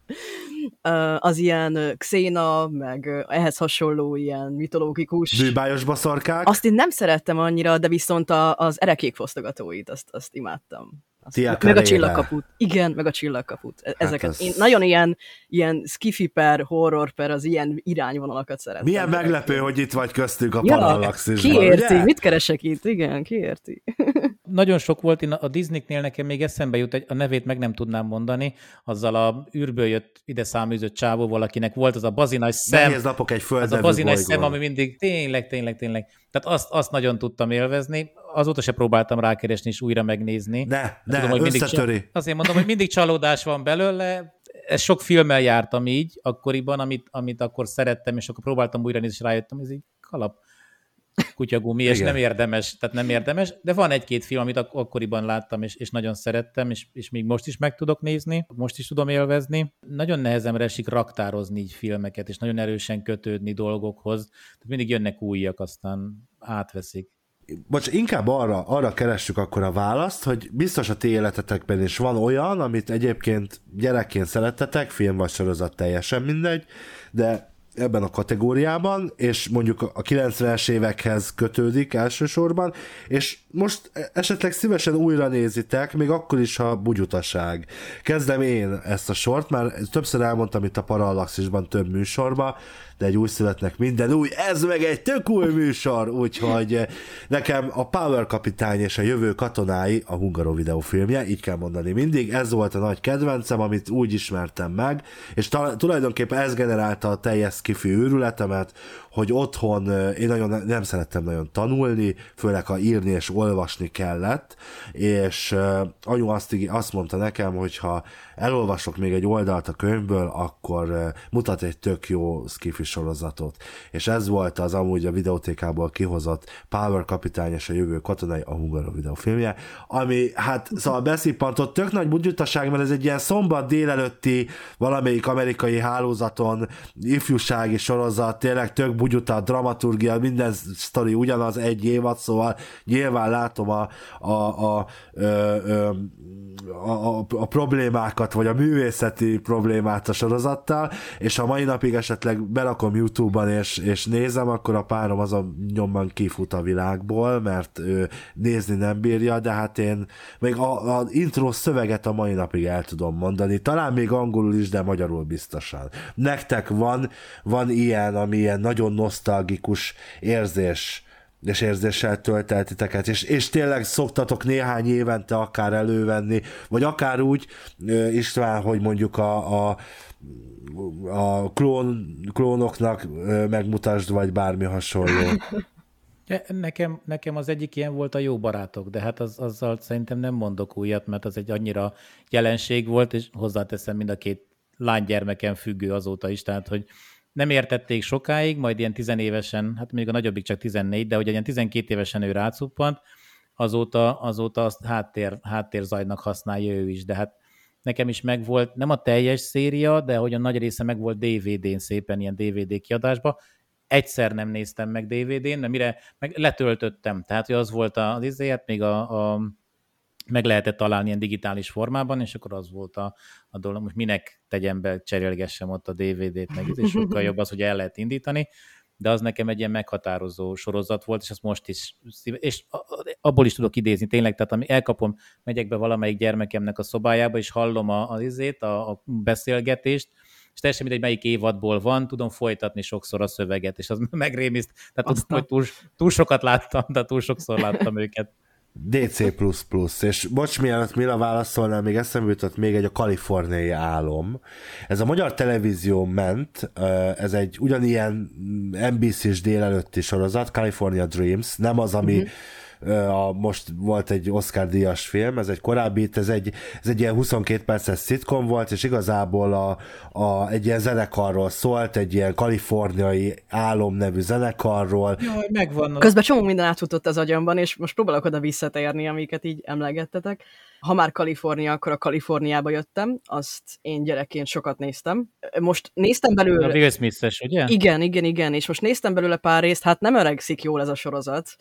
Az ilyen Xena, meg ehhez hasonló ilyen mitológikus... Bűbájos baszorkák. Azt én nem szerettem annyira, de viszont a, az erekék fosztogatóit, azt, azt imádtam. Azt, meg a csillagkaput. Igen, meg a csillagkaput. Ezeket. Hát az... Én nagyon ilyen, ilyen skifi per, horror per, az ilyen irányvonalakat szeretem. Milyen meglepő, hogy itt vagy köztünk a ja, Parallaxisban. Ki érti? Ugye? Mit keresek itt? Igen, ki érti? Nagyon sok volt, én a Disneynél nekem még eszembe jut, a nevét meg nem tudnám mondani, azzal a űrből jött ide száműzött csávóval, akinek volt az a bazinás szem. Nehéz napok egy föld az a bazinás szem, ami mindig tényleg, tényleg, tényleg. Tehát azt, azt nagyon tudtam élvezni. Azóta se próbáltam rákeresni és újra megnézni. Ne, ne, tudom, hogy összetöri. Mindig, azért mondom, hogy mindig csalódás van belőle. Ez sok filmmel jártam így akkoriban, amit, amit akkor szerettem, és akkor próbáltam újra nézni, és rájöttem, ez így kalap kutyagumi, és nem érdemes, tehát nem érdemes, de van egy-két film, amit ak- akkoriban láttam, és, és nagyon szerettem, és, és még most is meg tudok nézni, most is tudom élvezni. Nagyon nehezemre esik raktározni így filmeket, és nagyon erősen kötődni dolgokhoz, tehát mindig jönnek újak, aztán átveszik. Bocs, inkább arra, arra keressük akkor a választ, hogy biztos a ti életetekben is van olyan, amit egyébként gyerekként szerettetek, film vagy sorozat, teljesen mindegy, de ebben a kategóriában, és mondjuk a kilencvenes évekhez kötődik elsősorban, és most esetleg szívesen újra nézitek, még akkor is, ha bugyutaság. Kezdem én ezt a sort, már többször elmondtam itt a Parallaxisban több műsorban, de egy újszülöttnek minden új, ez meg egy tök új műsor, úgyhogy nekem a Power kapitány és a jövő katonái a Hungarovideo filmje, így kell mondani mindig, ez volt a nagy kedvencem, amit úgy ismertem meg, és ta- tulajdonképpen ez generálta a teljes skifi őrületemet, hogy otthon én nagyon nem szerettem nagyon tanulni, főleg ha írni és olvasni kellett, és anyu azt, azt mondta nekem, hogy ha elolvasok még egy oldalt a könyvből, akkor mutat egy tök jó skifi sorozatot. És ez volt az amúgy a videótékából kihozott Power kapitány és a jövő katonai, a Hungarovideo filmje, ami hát szóval beszippantott, tök nagy bugyutaság, mert ez egy ilyen szombat délelőtti valamelyik amerikai hálózaton ifjúsági sorozat, tényleg tök bugyuta, dramaturgia, minden sztori ugyanaz, egy évad, szóval nyilván látom a, a, a, a, a, a, a problémákat, vagy a művészeti problémát a sorozattal, és ha mai napig esetleg berakom YouTube-ban és, és nézem, akkor a párom azon nyomban kifut a világból, mert ő nézni nem bírja, de hát én még a, a intro szöveget a mai napig el tudom mondani, talán még angolul is, de magyarul biztosan. Nektek van, van ilyen, ami ilyen nagyon nosztalgikus érzés, és érzéssel tölteltiteket, és, és tényleg szoktatok néhány évente akár elővenni, vagy akár úgy, István, hogy mondjuk a, a, a klón, klónoknak megmutasd, vagy bármi hasonló. Nekem, nekem az egyik ilyen volt a Jó barátok, de hát az, azzal szerintem nem mondok újat, mert az egy annyira jelenség volt, és hozzáteszem, mind a két lánygyermeken függő azóta is, tehát hogy nem értették sokáig, majd ilyen tizenévesen, hát még a nagyobbik csak tizennégy, de hogy ilyen tizenkét évesen ő rácuppant, azóta, azóta azt háttér, háttérzajnak használja ő is, de hát nekem is megvolt, nem a teljes széria, de hogy a nagy része megvolt dé vé dén szépen, ilyen dé vé dé kiadásba. Egyszer nem néztem meg dé vé dén, mert mire meg letöltöttem, tehát hogy az volt az izéjét, még a, a meg lehetett találni ilyen digitális formában, és akkor az volt a, a dolog, most minek tegyem be, cserélgessem ott a dé vé dét meg, és sokkal jobb az, hogy el lehet indítani, de az nekem egy ilyen meghatározó sorozat volt, és azt most is, és abból is tudok idézni tényleg, tehát ami elkapom, megyek be valamelyik gyermekemnek a szobájába, és hallom a, az izét, a, a beszélgetést, és teljesen mindegy, melyik évadból van, tudom folytatni sokszor a szöveget, és az megrémiszt, tehát tudom, hogy túl, túl sokat láttam, de túl sokszor láttam őket. dé cé plusz plusz, és bocs, mielőtt mire válaszolnál, még eszembe jutott még egy a Kaliforniai álom. Ez a magyar televízió ment, ez egy ugyanilyen en bé cés délelőtti sorozat, California Dreams, nem az, ami uh-huh. A, most volt egy Oscar-díjas film, ez egy korábbi, ez egy, ez egy ilyen huszonkét perces szitkom volt, és igazából a, a, egy ilyen zenekarról szólt, egy ilyen kaliforniai álom nevű zenekarról. Jaj, megvan. Közben csomó minden átfutott az agyamban, és most próbálok oda visszatérni, amiket így emlegettetek. Ha már Kalifornia, akkor a Kaliforniába jöttem, azt én gyerekként sokat néztem. Most néztem belőle... A Will Smith-es, ugye? Igen, igen, igen, és most néztem belőle pár részt, hát nem öregszik jól ez a sorozat.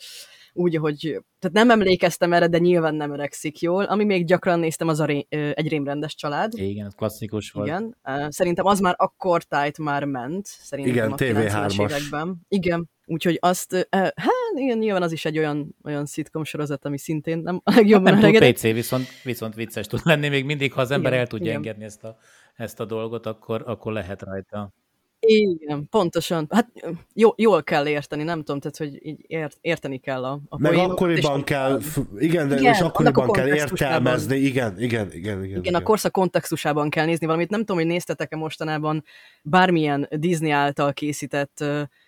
úgy, hogy tehát nem emlékeztem erre, de nyilván nem öregszik jól. Ami még gyakran néztem, az a ré, egy rémrendes család. Igen, ez klasszikus volt. Igen, szerintem az már akkor tájt már ment. Szerintem igen, a té vé hármas. években. Igen, úgyhogy azt, hát igen, nyilván az is egy olyan, olyan szitcom sorozat, ami szintén nem a legjobban hát nem öregedett. tud pé cé, viszont, viszont vicces tud lenni, még mindig, ha az ember Igen, el tudja igen. engedni ezt a, ezt a dolgot, akkor, akkor lehet rajta. Igen, pontosan. Hát jó, jól kell érteni, nem tudom, tehát, hogy így ért, érteni kell a, a Meg poénokat, akkoriban és kell, f- igen, de igen, és annak akkoriban a kell kontextusában. értelmezni, igen, igen, igen, igen. Igen, a korszak kontextusában kell nézni valamit. Nem tudom, hogy néztetek-e mostanában bármilyen Disney által készített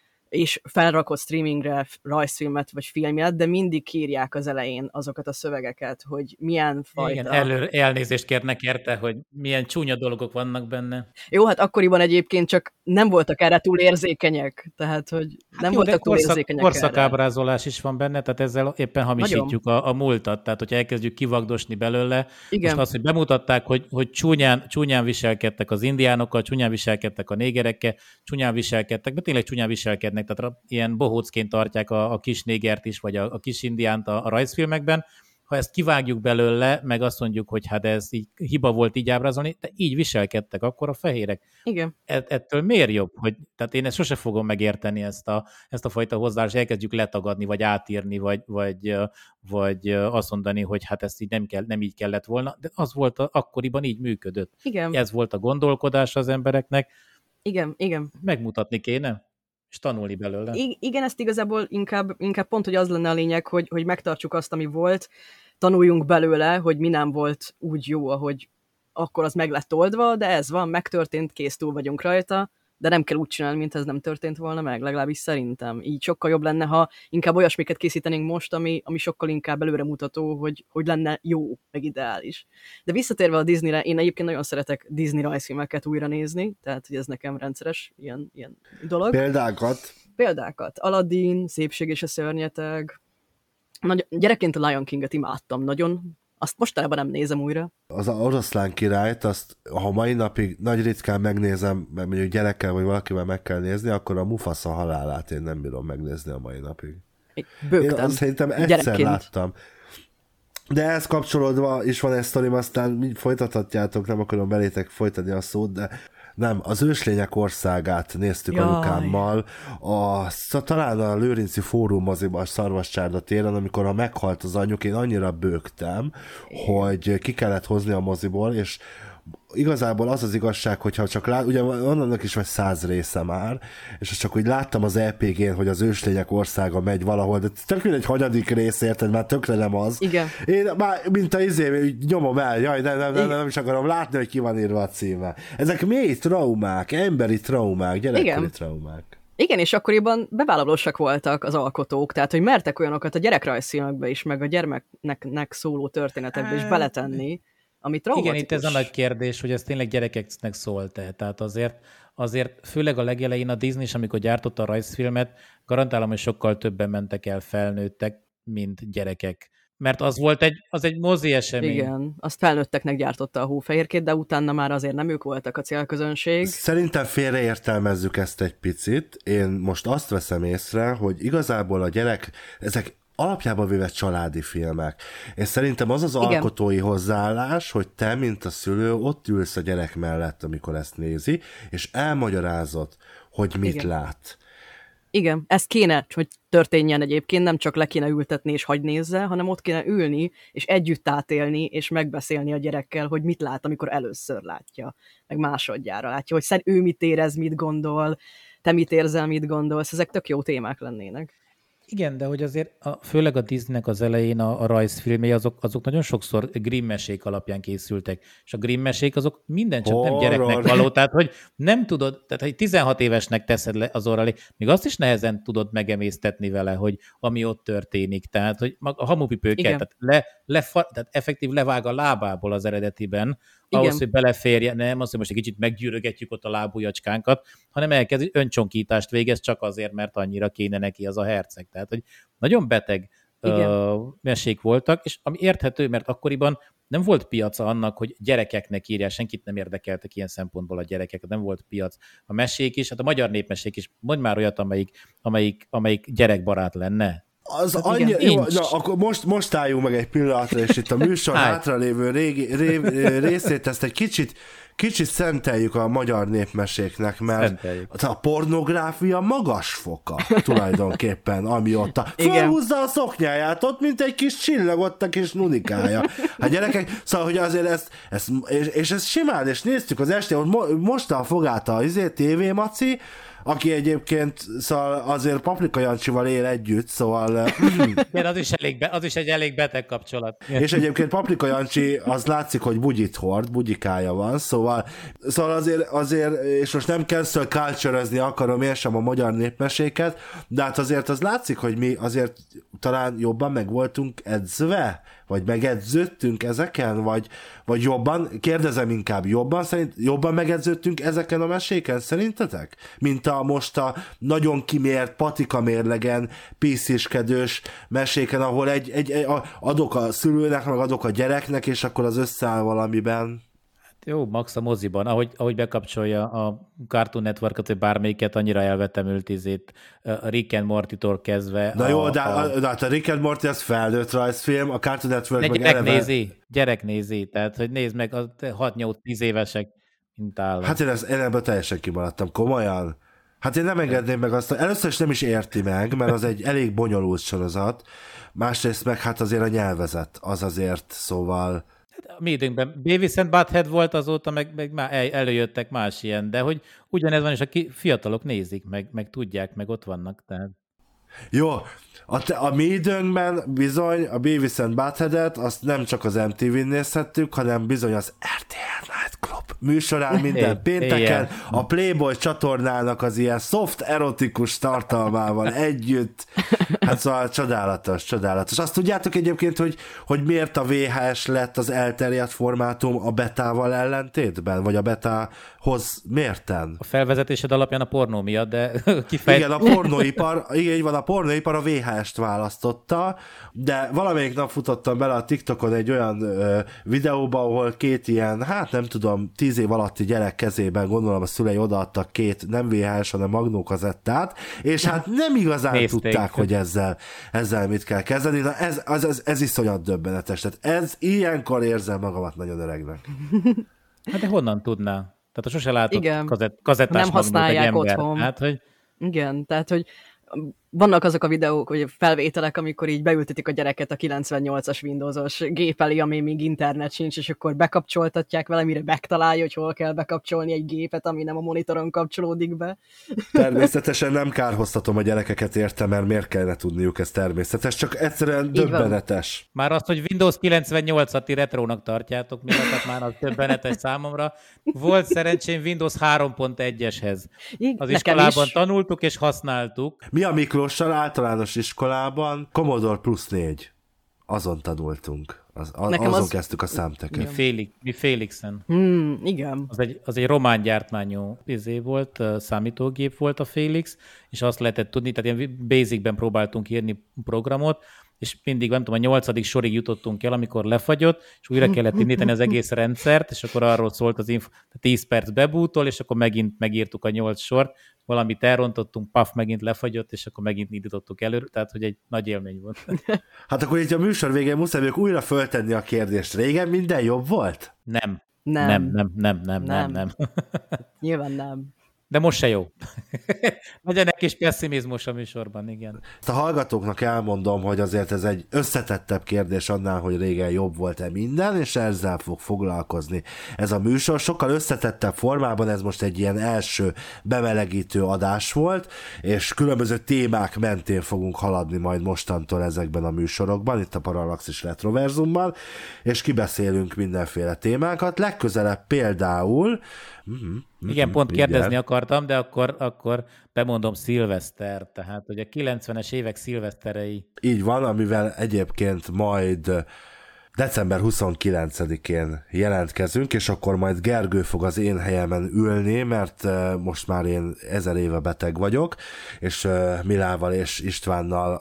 és felrakott streamingre rajzfilmet vagy filmet, de mindig írják az elején azokat a szövegeket, hogy milyen fajta... Igen, előre elnézést kérnek érte, hogy milyen csúnya dolgok vannak benne. Jó, hát akkoriban egyébként csak nem voltak erre túl érzékenyek, tehát, hogy Hát nem jó, voltak de túl korszak, érzékenyek erre. korszakábrázolás is van benne, tehát ezzel éppen hamisítjuk a, a múltat, tehát hogyha elkezdjük kivagdosni belőle, Igen. most azt, hogy bemutatták, hogy, hogy csúnyán, csúnyán viselkedtek az indiánokkal, csúnyán viselkedtek a négerekkel, csúnyán viselkedtek, de tényleg csúnyán viselkednek, tehát ilyen bohócként tartják a, a kis négert is, vagy a, a kis indiánt a, a rajzfilmekben. Ha ezt kivágjuk belőle, meg azt mondjuk, hogy hát ez így hiba volt így ábrázolni, de így viselkedtek akkor a fehérek. Igen. Et, ettől miért jobb? Hogy, tehát én ezt sose fogom megérteni, ezt a, ezt a fajta hozzáállást, elkezdjük letagadni, vagy átírni, vagy, vagy, vagy azt mondani, hogy hát ezt így nem, kell, nem így kellett volna, de az volt a, akkoriban így működött. Igen. Ez volt a gondolkodás az embereknek. Igen, igen. Megmutatni kéne, és tanulni belőle. I- igen, ezt igazából inkább, inkább pont, hogy az lenne a lényeg, hogy, hogy megtartsuk azt, ami volt, tanuljunk belőle, hogy mi nem volt úgy jó, ahogy akkor az meg lett oldva, de ez van, megtörtént, kész, túl vagyunk rajta, de nem kell úgy csinálni, mint ez nem történt volna meg, legalábbis szerintem. Így sokkal jobb lenne, ha inkább olyasmiket készítenénk most, ami, ami sokkal inkább előremutató, hogy, hogy lenne jó, meg ideális. De visszatérve a Disneyre, én egyébként nagyon szeretek Disney rajzfilmeket újra nézni, tehát hogy ez nekem rendszeres ilyen, ilyen dolog. Példákat? Példákat. Aladdin, Szépség és a szörnyeteg. Nagy, gyerekként a Lion King-et imádtam nagyon. Azt mostanában nem nézem újra. Az a Oroszlán királyt, azt ha mai napig nagy ritkán megnézem, mert mondjuk gyerekkel vagy valakivel meg kell nézni, akkor a Mufasa halálát én nem bírom megnézni a mai napig. Bőgtem. Én azt szerintem egyszer gyerekként. láttam. De ehhez kapcsolódva is van egy sztorim, aztán folytathatjátok, nem akarom belétek folytatni a szót, de nem, az Őslények országát néztük Jaj. anyukámmal, a, talán a Lőrinci Fórum moziban, a Szarvascsárda téren, amikor ha meghalt az anyjuk, én annyira bőgtem, hogy ki kellett hozni a moziból, és igazából az az igazság, hogyha csak lát, ugye onnan is vagy száz része már, és csak úgy láttam az é pé gén, hogy az Őslények országa megy valahol, de tök egy hanyadik rész, érted, már tökre nem az. Igen. Én már, mint a izé, nyomom el, jaj, nem, nem, nem, nem is akarom látni, hogy ki van írva a címe. Ezek mély traumák, emberi traumák, gyerekkori Igen. traumák. Igen, és akkoriban bevállalósak voltak az alkotók, tehát hogy mertek olyanokat a gyerekrajzfilmekbe is, meg a gyermeknek szóló történetekbe is beletenni, ami traumatikus. Igen, itt ez a nagy kérdés, hogy ez tényleg gyerekeknek szólt-e. Tehát azért, azért főleg a legelején a Disney is, amikor gyártotta a rajzfilmet, garantálom, hogy sokkal többen mentek el felnőttek, mint gyerekek. Mert az volt egy, az egy mozi esemény. Igen, azt felnőtteknek gyártotta a Hófehérkét, de utána már azért nem ők voltak a célközönség. Szerintem félreértelmezzük ezt egy picit. Én most azt veszem észre, hogy igazából a gyerek, ezek alapjában véve családi filmek. És szerintem az az Igen. alkotói hozzáállás, hogy te, mint a szülő, ott ülsz a gyerek mellett, amikor ezt nézi, és elmagyarázod, hogy mit Igen. lát. Igen, ez kéne, hogy történjen egyébként, nem csak le kéne ültetni és hagy nézze, hanem ott kéne ülni, és együtt átélni, és megbeszélni a gyerekkel, hogy mit lát, amikor először látja, meg másodjára látja, hogy szerint ő mit érez, mit gondol, te mit érzel, mit gondolsz, ezek tök jó témák lennének. Igen, de hogy azért a, főleg a Disneynek az elején a, a rajzfilmjei, azok, azok nagyon sokszor Grimm mesék alapján készültek, és a Grimm mesék azok minden csak nem gyereknek való, tehát hogy nem tudod, tehát hogy tizenhat évesnek teszed le az orra elé, még azt is nehezen tudod megemésztetni vele, hogy ami ott történik, tehát hogy a hamupipőket, tehát, le, le, tehát effektív levág a lábából az eredetiben, ahhoz, Igen. hogy beleférje, nem az, hogy most egy kicsit meggyűrögetjük ott a lábujjacskánkat, hanem elkezd öncsonkítást végez csak azért, mert annyira kéne neki az a herceg. Tehát, hogy nagyon beteg uh, mesék voltak, és ami érthető, mert akkoriban nem volt piaca annak, hogy gyerekeknek írják, senkit nem érdekeltek ilyen szempontból a gyerekek, nem volt piac. A mesék is, hát a magyar népmesék is, mondj már olyat, amelyik, amelyik, amelyik gyerekbarát lenne. az hát annyi, jó, na, akkor most, most álljunk meg egy pillanatra, és itt a műsor hátralévő régi, ré, részét ezt egy kicsit Kicsit szenteljük a magyar népmeséknek, mert szenteljük. A pornográfia magas foka tulajdonképpen, amióta felhúzza a szoknyáját, ott mint egy kis csillag, ott a kis nunikája. Hát gyerekek, szóval, hogy azért ezt, ezt és, és ezt simán, és néztük az este, hogy mo, mostan fogálta a izé, té vé Maci, aki egyébként szóval azért Paprika Jancsival él együtt, szóval... Igen, az is, elég be, az is egy elég beteg kapcsolat. És egyébként Paprika Jancsi, az látszik, hogy bugyit hord, bugyikája van, szóval, szóval azért, azért, és most nem cancel culture-özni akarom én sem a magyar népmeséket, de hát azért az látszik, hogy mi azért talán jobban meg voltunk edzve, vagy megedződtünk ezeken, vagy, vagy jobban, kérdezem inkább, jobban, szerint, jobban megedződtünk ezeken a meséken szerintetek? Mint a most a nagyon kimért, patika mérlegen, pisziskedős meséken, ahol egy, egy, egy, adok a szülőnek, meg adok a gyereknek, és akkor az összeáll valamiben. Jó, max a moziban, ahogy, ahogy bekapcsolja a Cartoon Network-ot, vagy bármelyiket, annyira elvetemült izét, a Rick and Morty-tól kezdve. Na a, jó, de a, a, a Rick and Morty az felnőtt rajzfilm, a Cartoon Network meg gyerek eleve... nézi, gyerek nézi, tehát hogy nézd meg, a hat-nyolc-tíz évesek, mint állat. Hát én, ezt, én ebből teljesen kimaradtam, komolyan. Hát én nem engedném meg azt, először is nem is érti meg, mert az egy elég bonyolult sorozat, másrészt meg hát azért a nyelvezet, az azért, szóval... A mi időnkben Beavis and Butthead volt, azóta meg, meg már előjöttek más ilyen, de hogy ugyanez van, és a fiatalok nézik, meg, meg tudják, meg ott vannak. Tehát... Jó, a, te, a mi időnkben bizony a Beavis and Buttheadet azt nem csak az em té vén nézhettük, hanem bizony az er té el Night Club műsorán minden pénteken a Playboy csatornának az ilyen soft erotikus tartalmával együtt. Hát szóval csodálatos, csodálatos. Azt tudjátok egyébként, hogy, hogy miért a vé há es lett az elterjedt formátum a betával ellentétben? Vagy a betához mérten? A felvezetésed alapján a pornó miatt, de kifejt... Igen, a pornóipar, igen, így van, a pornóipar a vé há est választotta, de valamelyik nap futottam bele a TikTokon egy olyan ö, videóba, ahol két ilyen, hát nem tudom, tíz év alatti gyerek kezében, gondolom a szülei odaadtak két nem vé há es, hanem magnókazettát, és hát nem igazán Nézték. tudták, hogy ezzel, ezzel mit kell kezdeni. Na ez, ez, ez, ez iszonyat döbbenetes. Tehát ez ilyenkor érzem magamat nagyon öregnek. Hát de honnan tudná? Tehát sose látott kazett, kazettás nem használják magnót egy ember. otthon. Hát, hogy... Igen, tehát, hogy vannak azok a videók, vagy felvételek, amikor így beültetik a gyereket a kilencvennyolcas Windowsos gép elé, ami még internet sincs, és akkor bekapcsoltatják vele, mire megtalálja, hogy hol kell bekapcsolni egy gépet, ami nem a monitoron kapcsolódik be. Természetesen nem kárhoztatom a gyerekeket érte, mert miért kellene tudniuk, ez természetes, csak egyszerűen döbbenetes. Már azt, hogy Windows kilencvennyolcat ti retrónak tartjátok, miatt már az döbbenetes számomra. Volt szerencsém Windows három pont egyeshez. Az iskolában tanultuk és használtuk. Mi a Miklóssal általános iskolában Commodore plusz négy. Azon tanultunk. Az, azon az... kezdtük a számteket. Mi, Félix, mi Félixen. Hmm, igen. Az egy, az egy román gyártmányú izé volt, számítógép volt a Félix, és azt lehetett tudni, tehát ilyen Basicben próbáltunk írni programot, és mindig, nem tudom, a nyolcadik sorig jutottunk el, amikor lefagyott, és újra kellett indítani az egész rendszert, és akkor arról szólt az info, tíz perc bebútol, és akkor megint megírtuk a nyolc sort, valamit elrontottunk, paf, megint lefagyott, és akkor megint indítottuk elő, tehát hogy egy nagy élmény volt. Hát akkor így a műsor végén muszáj újra föltenni a kérdést. Régen minden jobb volt? Nem. Nem. Nem, nem, nem, nem, nem, nem. Nyilván nem. De most se jó. Legyen egy kis pessimizmus a műsorban, igen. A hallgatóknak elmondom, hogy azért ez egy összetettebb kérdés annál, hogy régen jobb volt-e minden, és ezzel fog foglalkozni ez a műsor. Sokkal összetettebb formában, ez most egy ilyen első bemelegítő adás volt, és különböző témák mentén fogunk haladni majd mostantól ezekben a műsorokban, itt a Parallaxis Retroverzumban, és kibeszélünk mindenféle témákat. Legközelebb például Mm-hmm. Igen, pont kérdezni igen. akartam, de akkor, akkor bemondom szilveszter, tehát hogy a kilencvenes évek szilveszterei. Így van, amivel egyébként majd december huszonkilencedikén jelentkezünk, és akkor majd Gergő fog az én helyemen ülni, mert most már én ezer éve beteg vagyok, és Milával és Istvánnal a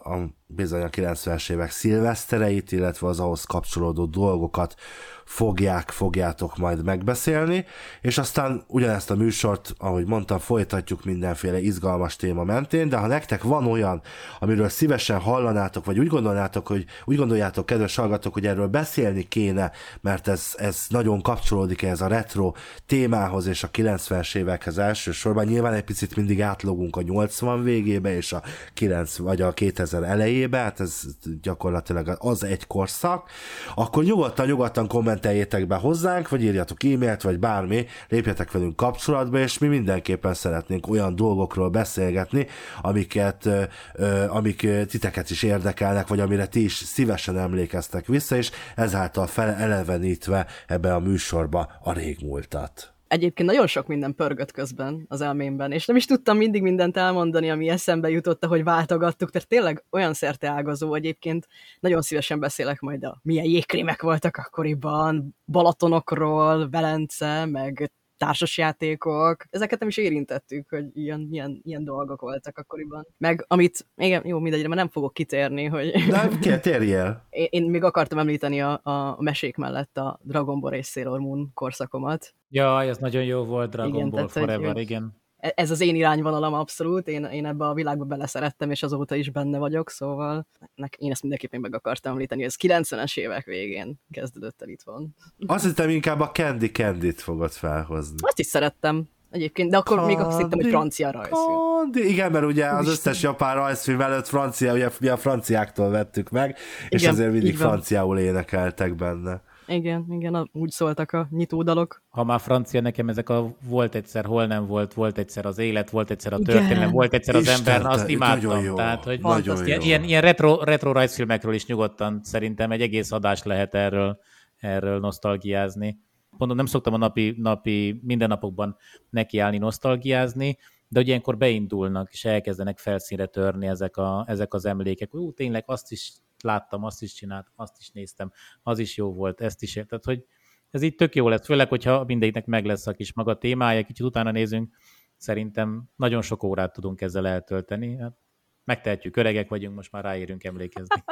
bizony a kilencvenes évek szilvesztereit, illetve az ahhoz kapcsolódó dolgokat fogják, fogjátok majd megbeszélni, és aztán ugyanezt a műsort, ahogy mondtam, folytatjuk mindenféle izgalmas téma mentén, de ha nektek van olyan, amiről szívesen hallanátok, vagy úgy gondolnátok, hogy úgy gondoljátok, kedves hallgatók, hogy erről beszélni kéne, mert ez, ez nagyon kapcsolódik ez a retro témához és a kilencvenes évekhez elsősorban. Nyilván egy picit mindig átlogunk a nyolcvan végébe és a kilencven vagy a kétezer elejébe, hát ez gyakorlatilag az egy korszak, akkor nyugodtan, nyugodtan kommenteljétek be hozzánk, vagy írjatok e-mailt, vagy bármi, lépjetek velünk kapcsolatba, és mi mindenképpen szeretnénk olyan dolgokról beszélgetni, amiket, ö, amik titeket is érdekelnek, vagy amire ti is szívesen emlékeztek vissza, és ezáltal felelevenítve ebbe a műsorba a régmúltat. Egyébként nagyon sok minden pörgött közben az elmémben, és nem is tudtam mindig mindent elmondani, ami eszembe jutott, ahogy váltogattuk, tehát tényleg olyan szerteágazó. Egyébként nagyon szívesen beszélek majd a milyen jégkrémek voltak akkoriban, Balatonokról, Velence, meg társasjátékok. Ezeket nem is érintettük, hogy ilyen, ilyen, ilyen dolgok voltak akkoriban. Meg amit, igen, jó, mindegyre, mert nem fogok kitérni, hogy... Nem, kell, térjél! Én, én még akartam említeni a, a mesék mellett a Dragon Ball és Sailor Moon korszakomat. Jaj, ez nagyon jó volt, Dragon igen, Ball tehát, Forever, hogy, igen. Ez az én irányvonalam abszolút, én, én ebbe a világba beleszerettem, és azóta is benne vagyok, szóval én ezt mindenképpen meg akartam említeni, ez kilencvenes évek végén kezdődött el itt van. Azt hittem inkább a Candy Candy-t fogod felhozni. Azt is szerettem egyébként, de akkor Candy, még azt hittem, hogy francia rajzfilm. Igen, mert ugye az összes japán rajzfilm előtt francia, ugye mi a franciáktól vettük meg, és igen, azért mindig franciául énekeltek benne. Igen, igen, úgy szóltak a nyitódalok. Ha már francia, nekem ezek a volt egyszer, hol nem volt, volt egyszer az élet, volt egyszer a történelem, igen. Volt egyszer az Isten, ember, azt imádtam. Jó, Tehát, hogy ilyen, ilyen, ilyen retro, retro rajzfilmekről is nyugodtan szerintem egy egész adás lehet erről, erről nosztalgiázni. Mondom, nem szoktam a napi, napi mindennapokban nekiállni nosztalgiázni, de ugye ilyenkor beindulnak, és elkezdenek felszínre törni ezek, a, ezek az emlékek. Ú, tényleg azt is láttam, azt is csináltam, azt is néztem, az is jó volt, ezt is érted, hogy ez így tök jó lesz, főleg, hogyha mindegyiknek meg lesz a kis maga témája, kicsit utána nézünk, szerintem nagyon sok órát tudunk ezzel eltölteni. Hát megtehetjük, öregek vagyunk, most már ráérünk emlékezni.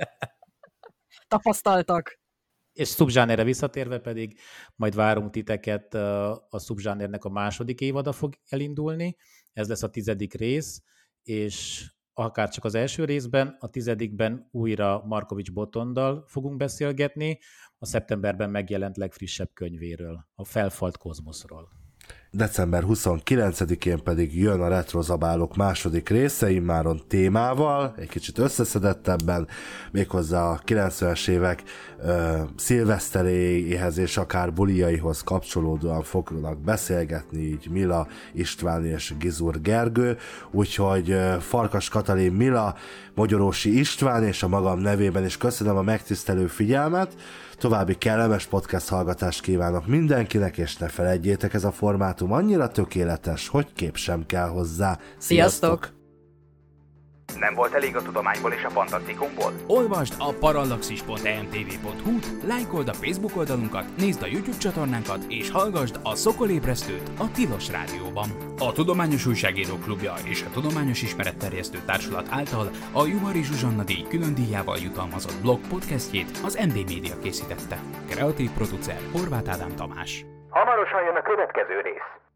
Tapasztaltak. És szubzsánerre visszatérve pedig majd várunk titeket, a szubzsánernek a második évada fog elindulni, ez lesz a tizedik rész, és akár csak az első részben, a tizedikben újra Markovics Botondal fogunk beszélgetni, a szeptemberben megjelent legfrissebb könyvéről, a Felfalt kozmoszról. december huszonkilencedikén pedig jön a Retrozabálók második része, immáron témával, egy kicsit összeszedettebben, méghozzá a kilencvenes évek uh, szilveszteréhez és akár bulijaihoz kapcsolódóan fognak beszélgetni, így Mila, István és Gizur Gergő, úgyhogy uh, Farkas Katalin, Mila, Mogyorósi István és a magam nevében is köszönöm a megtisztelő figyelmet, további kellemes podcast hallgatást kívánok mindenkinek, és ne feledjétek, ez a formátum annyira tökéletes, hogy kép sem kell hozzá. Sziasztok! Nem volt elég a tudományból és a fantasztikumból? Olvasd a parallaxis pont e m t v pont h u-t, lájkold a Facebook oldalunkat, nézd a YouTube csatornánkat, és hallgasd a Szokolébresztőt a Tilos Rádióban. A Tudományos Újságírók Klubja és a Tudományos Ismeretterjesztő Társulat által a Juhari Zsuzsanna díj külön díjával jutalmazott blog podcastjét az em dé Média készítette. Kreatív producer Horváth Ádám Tamás. Hamarosan jön a következő rész.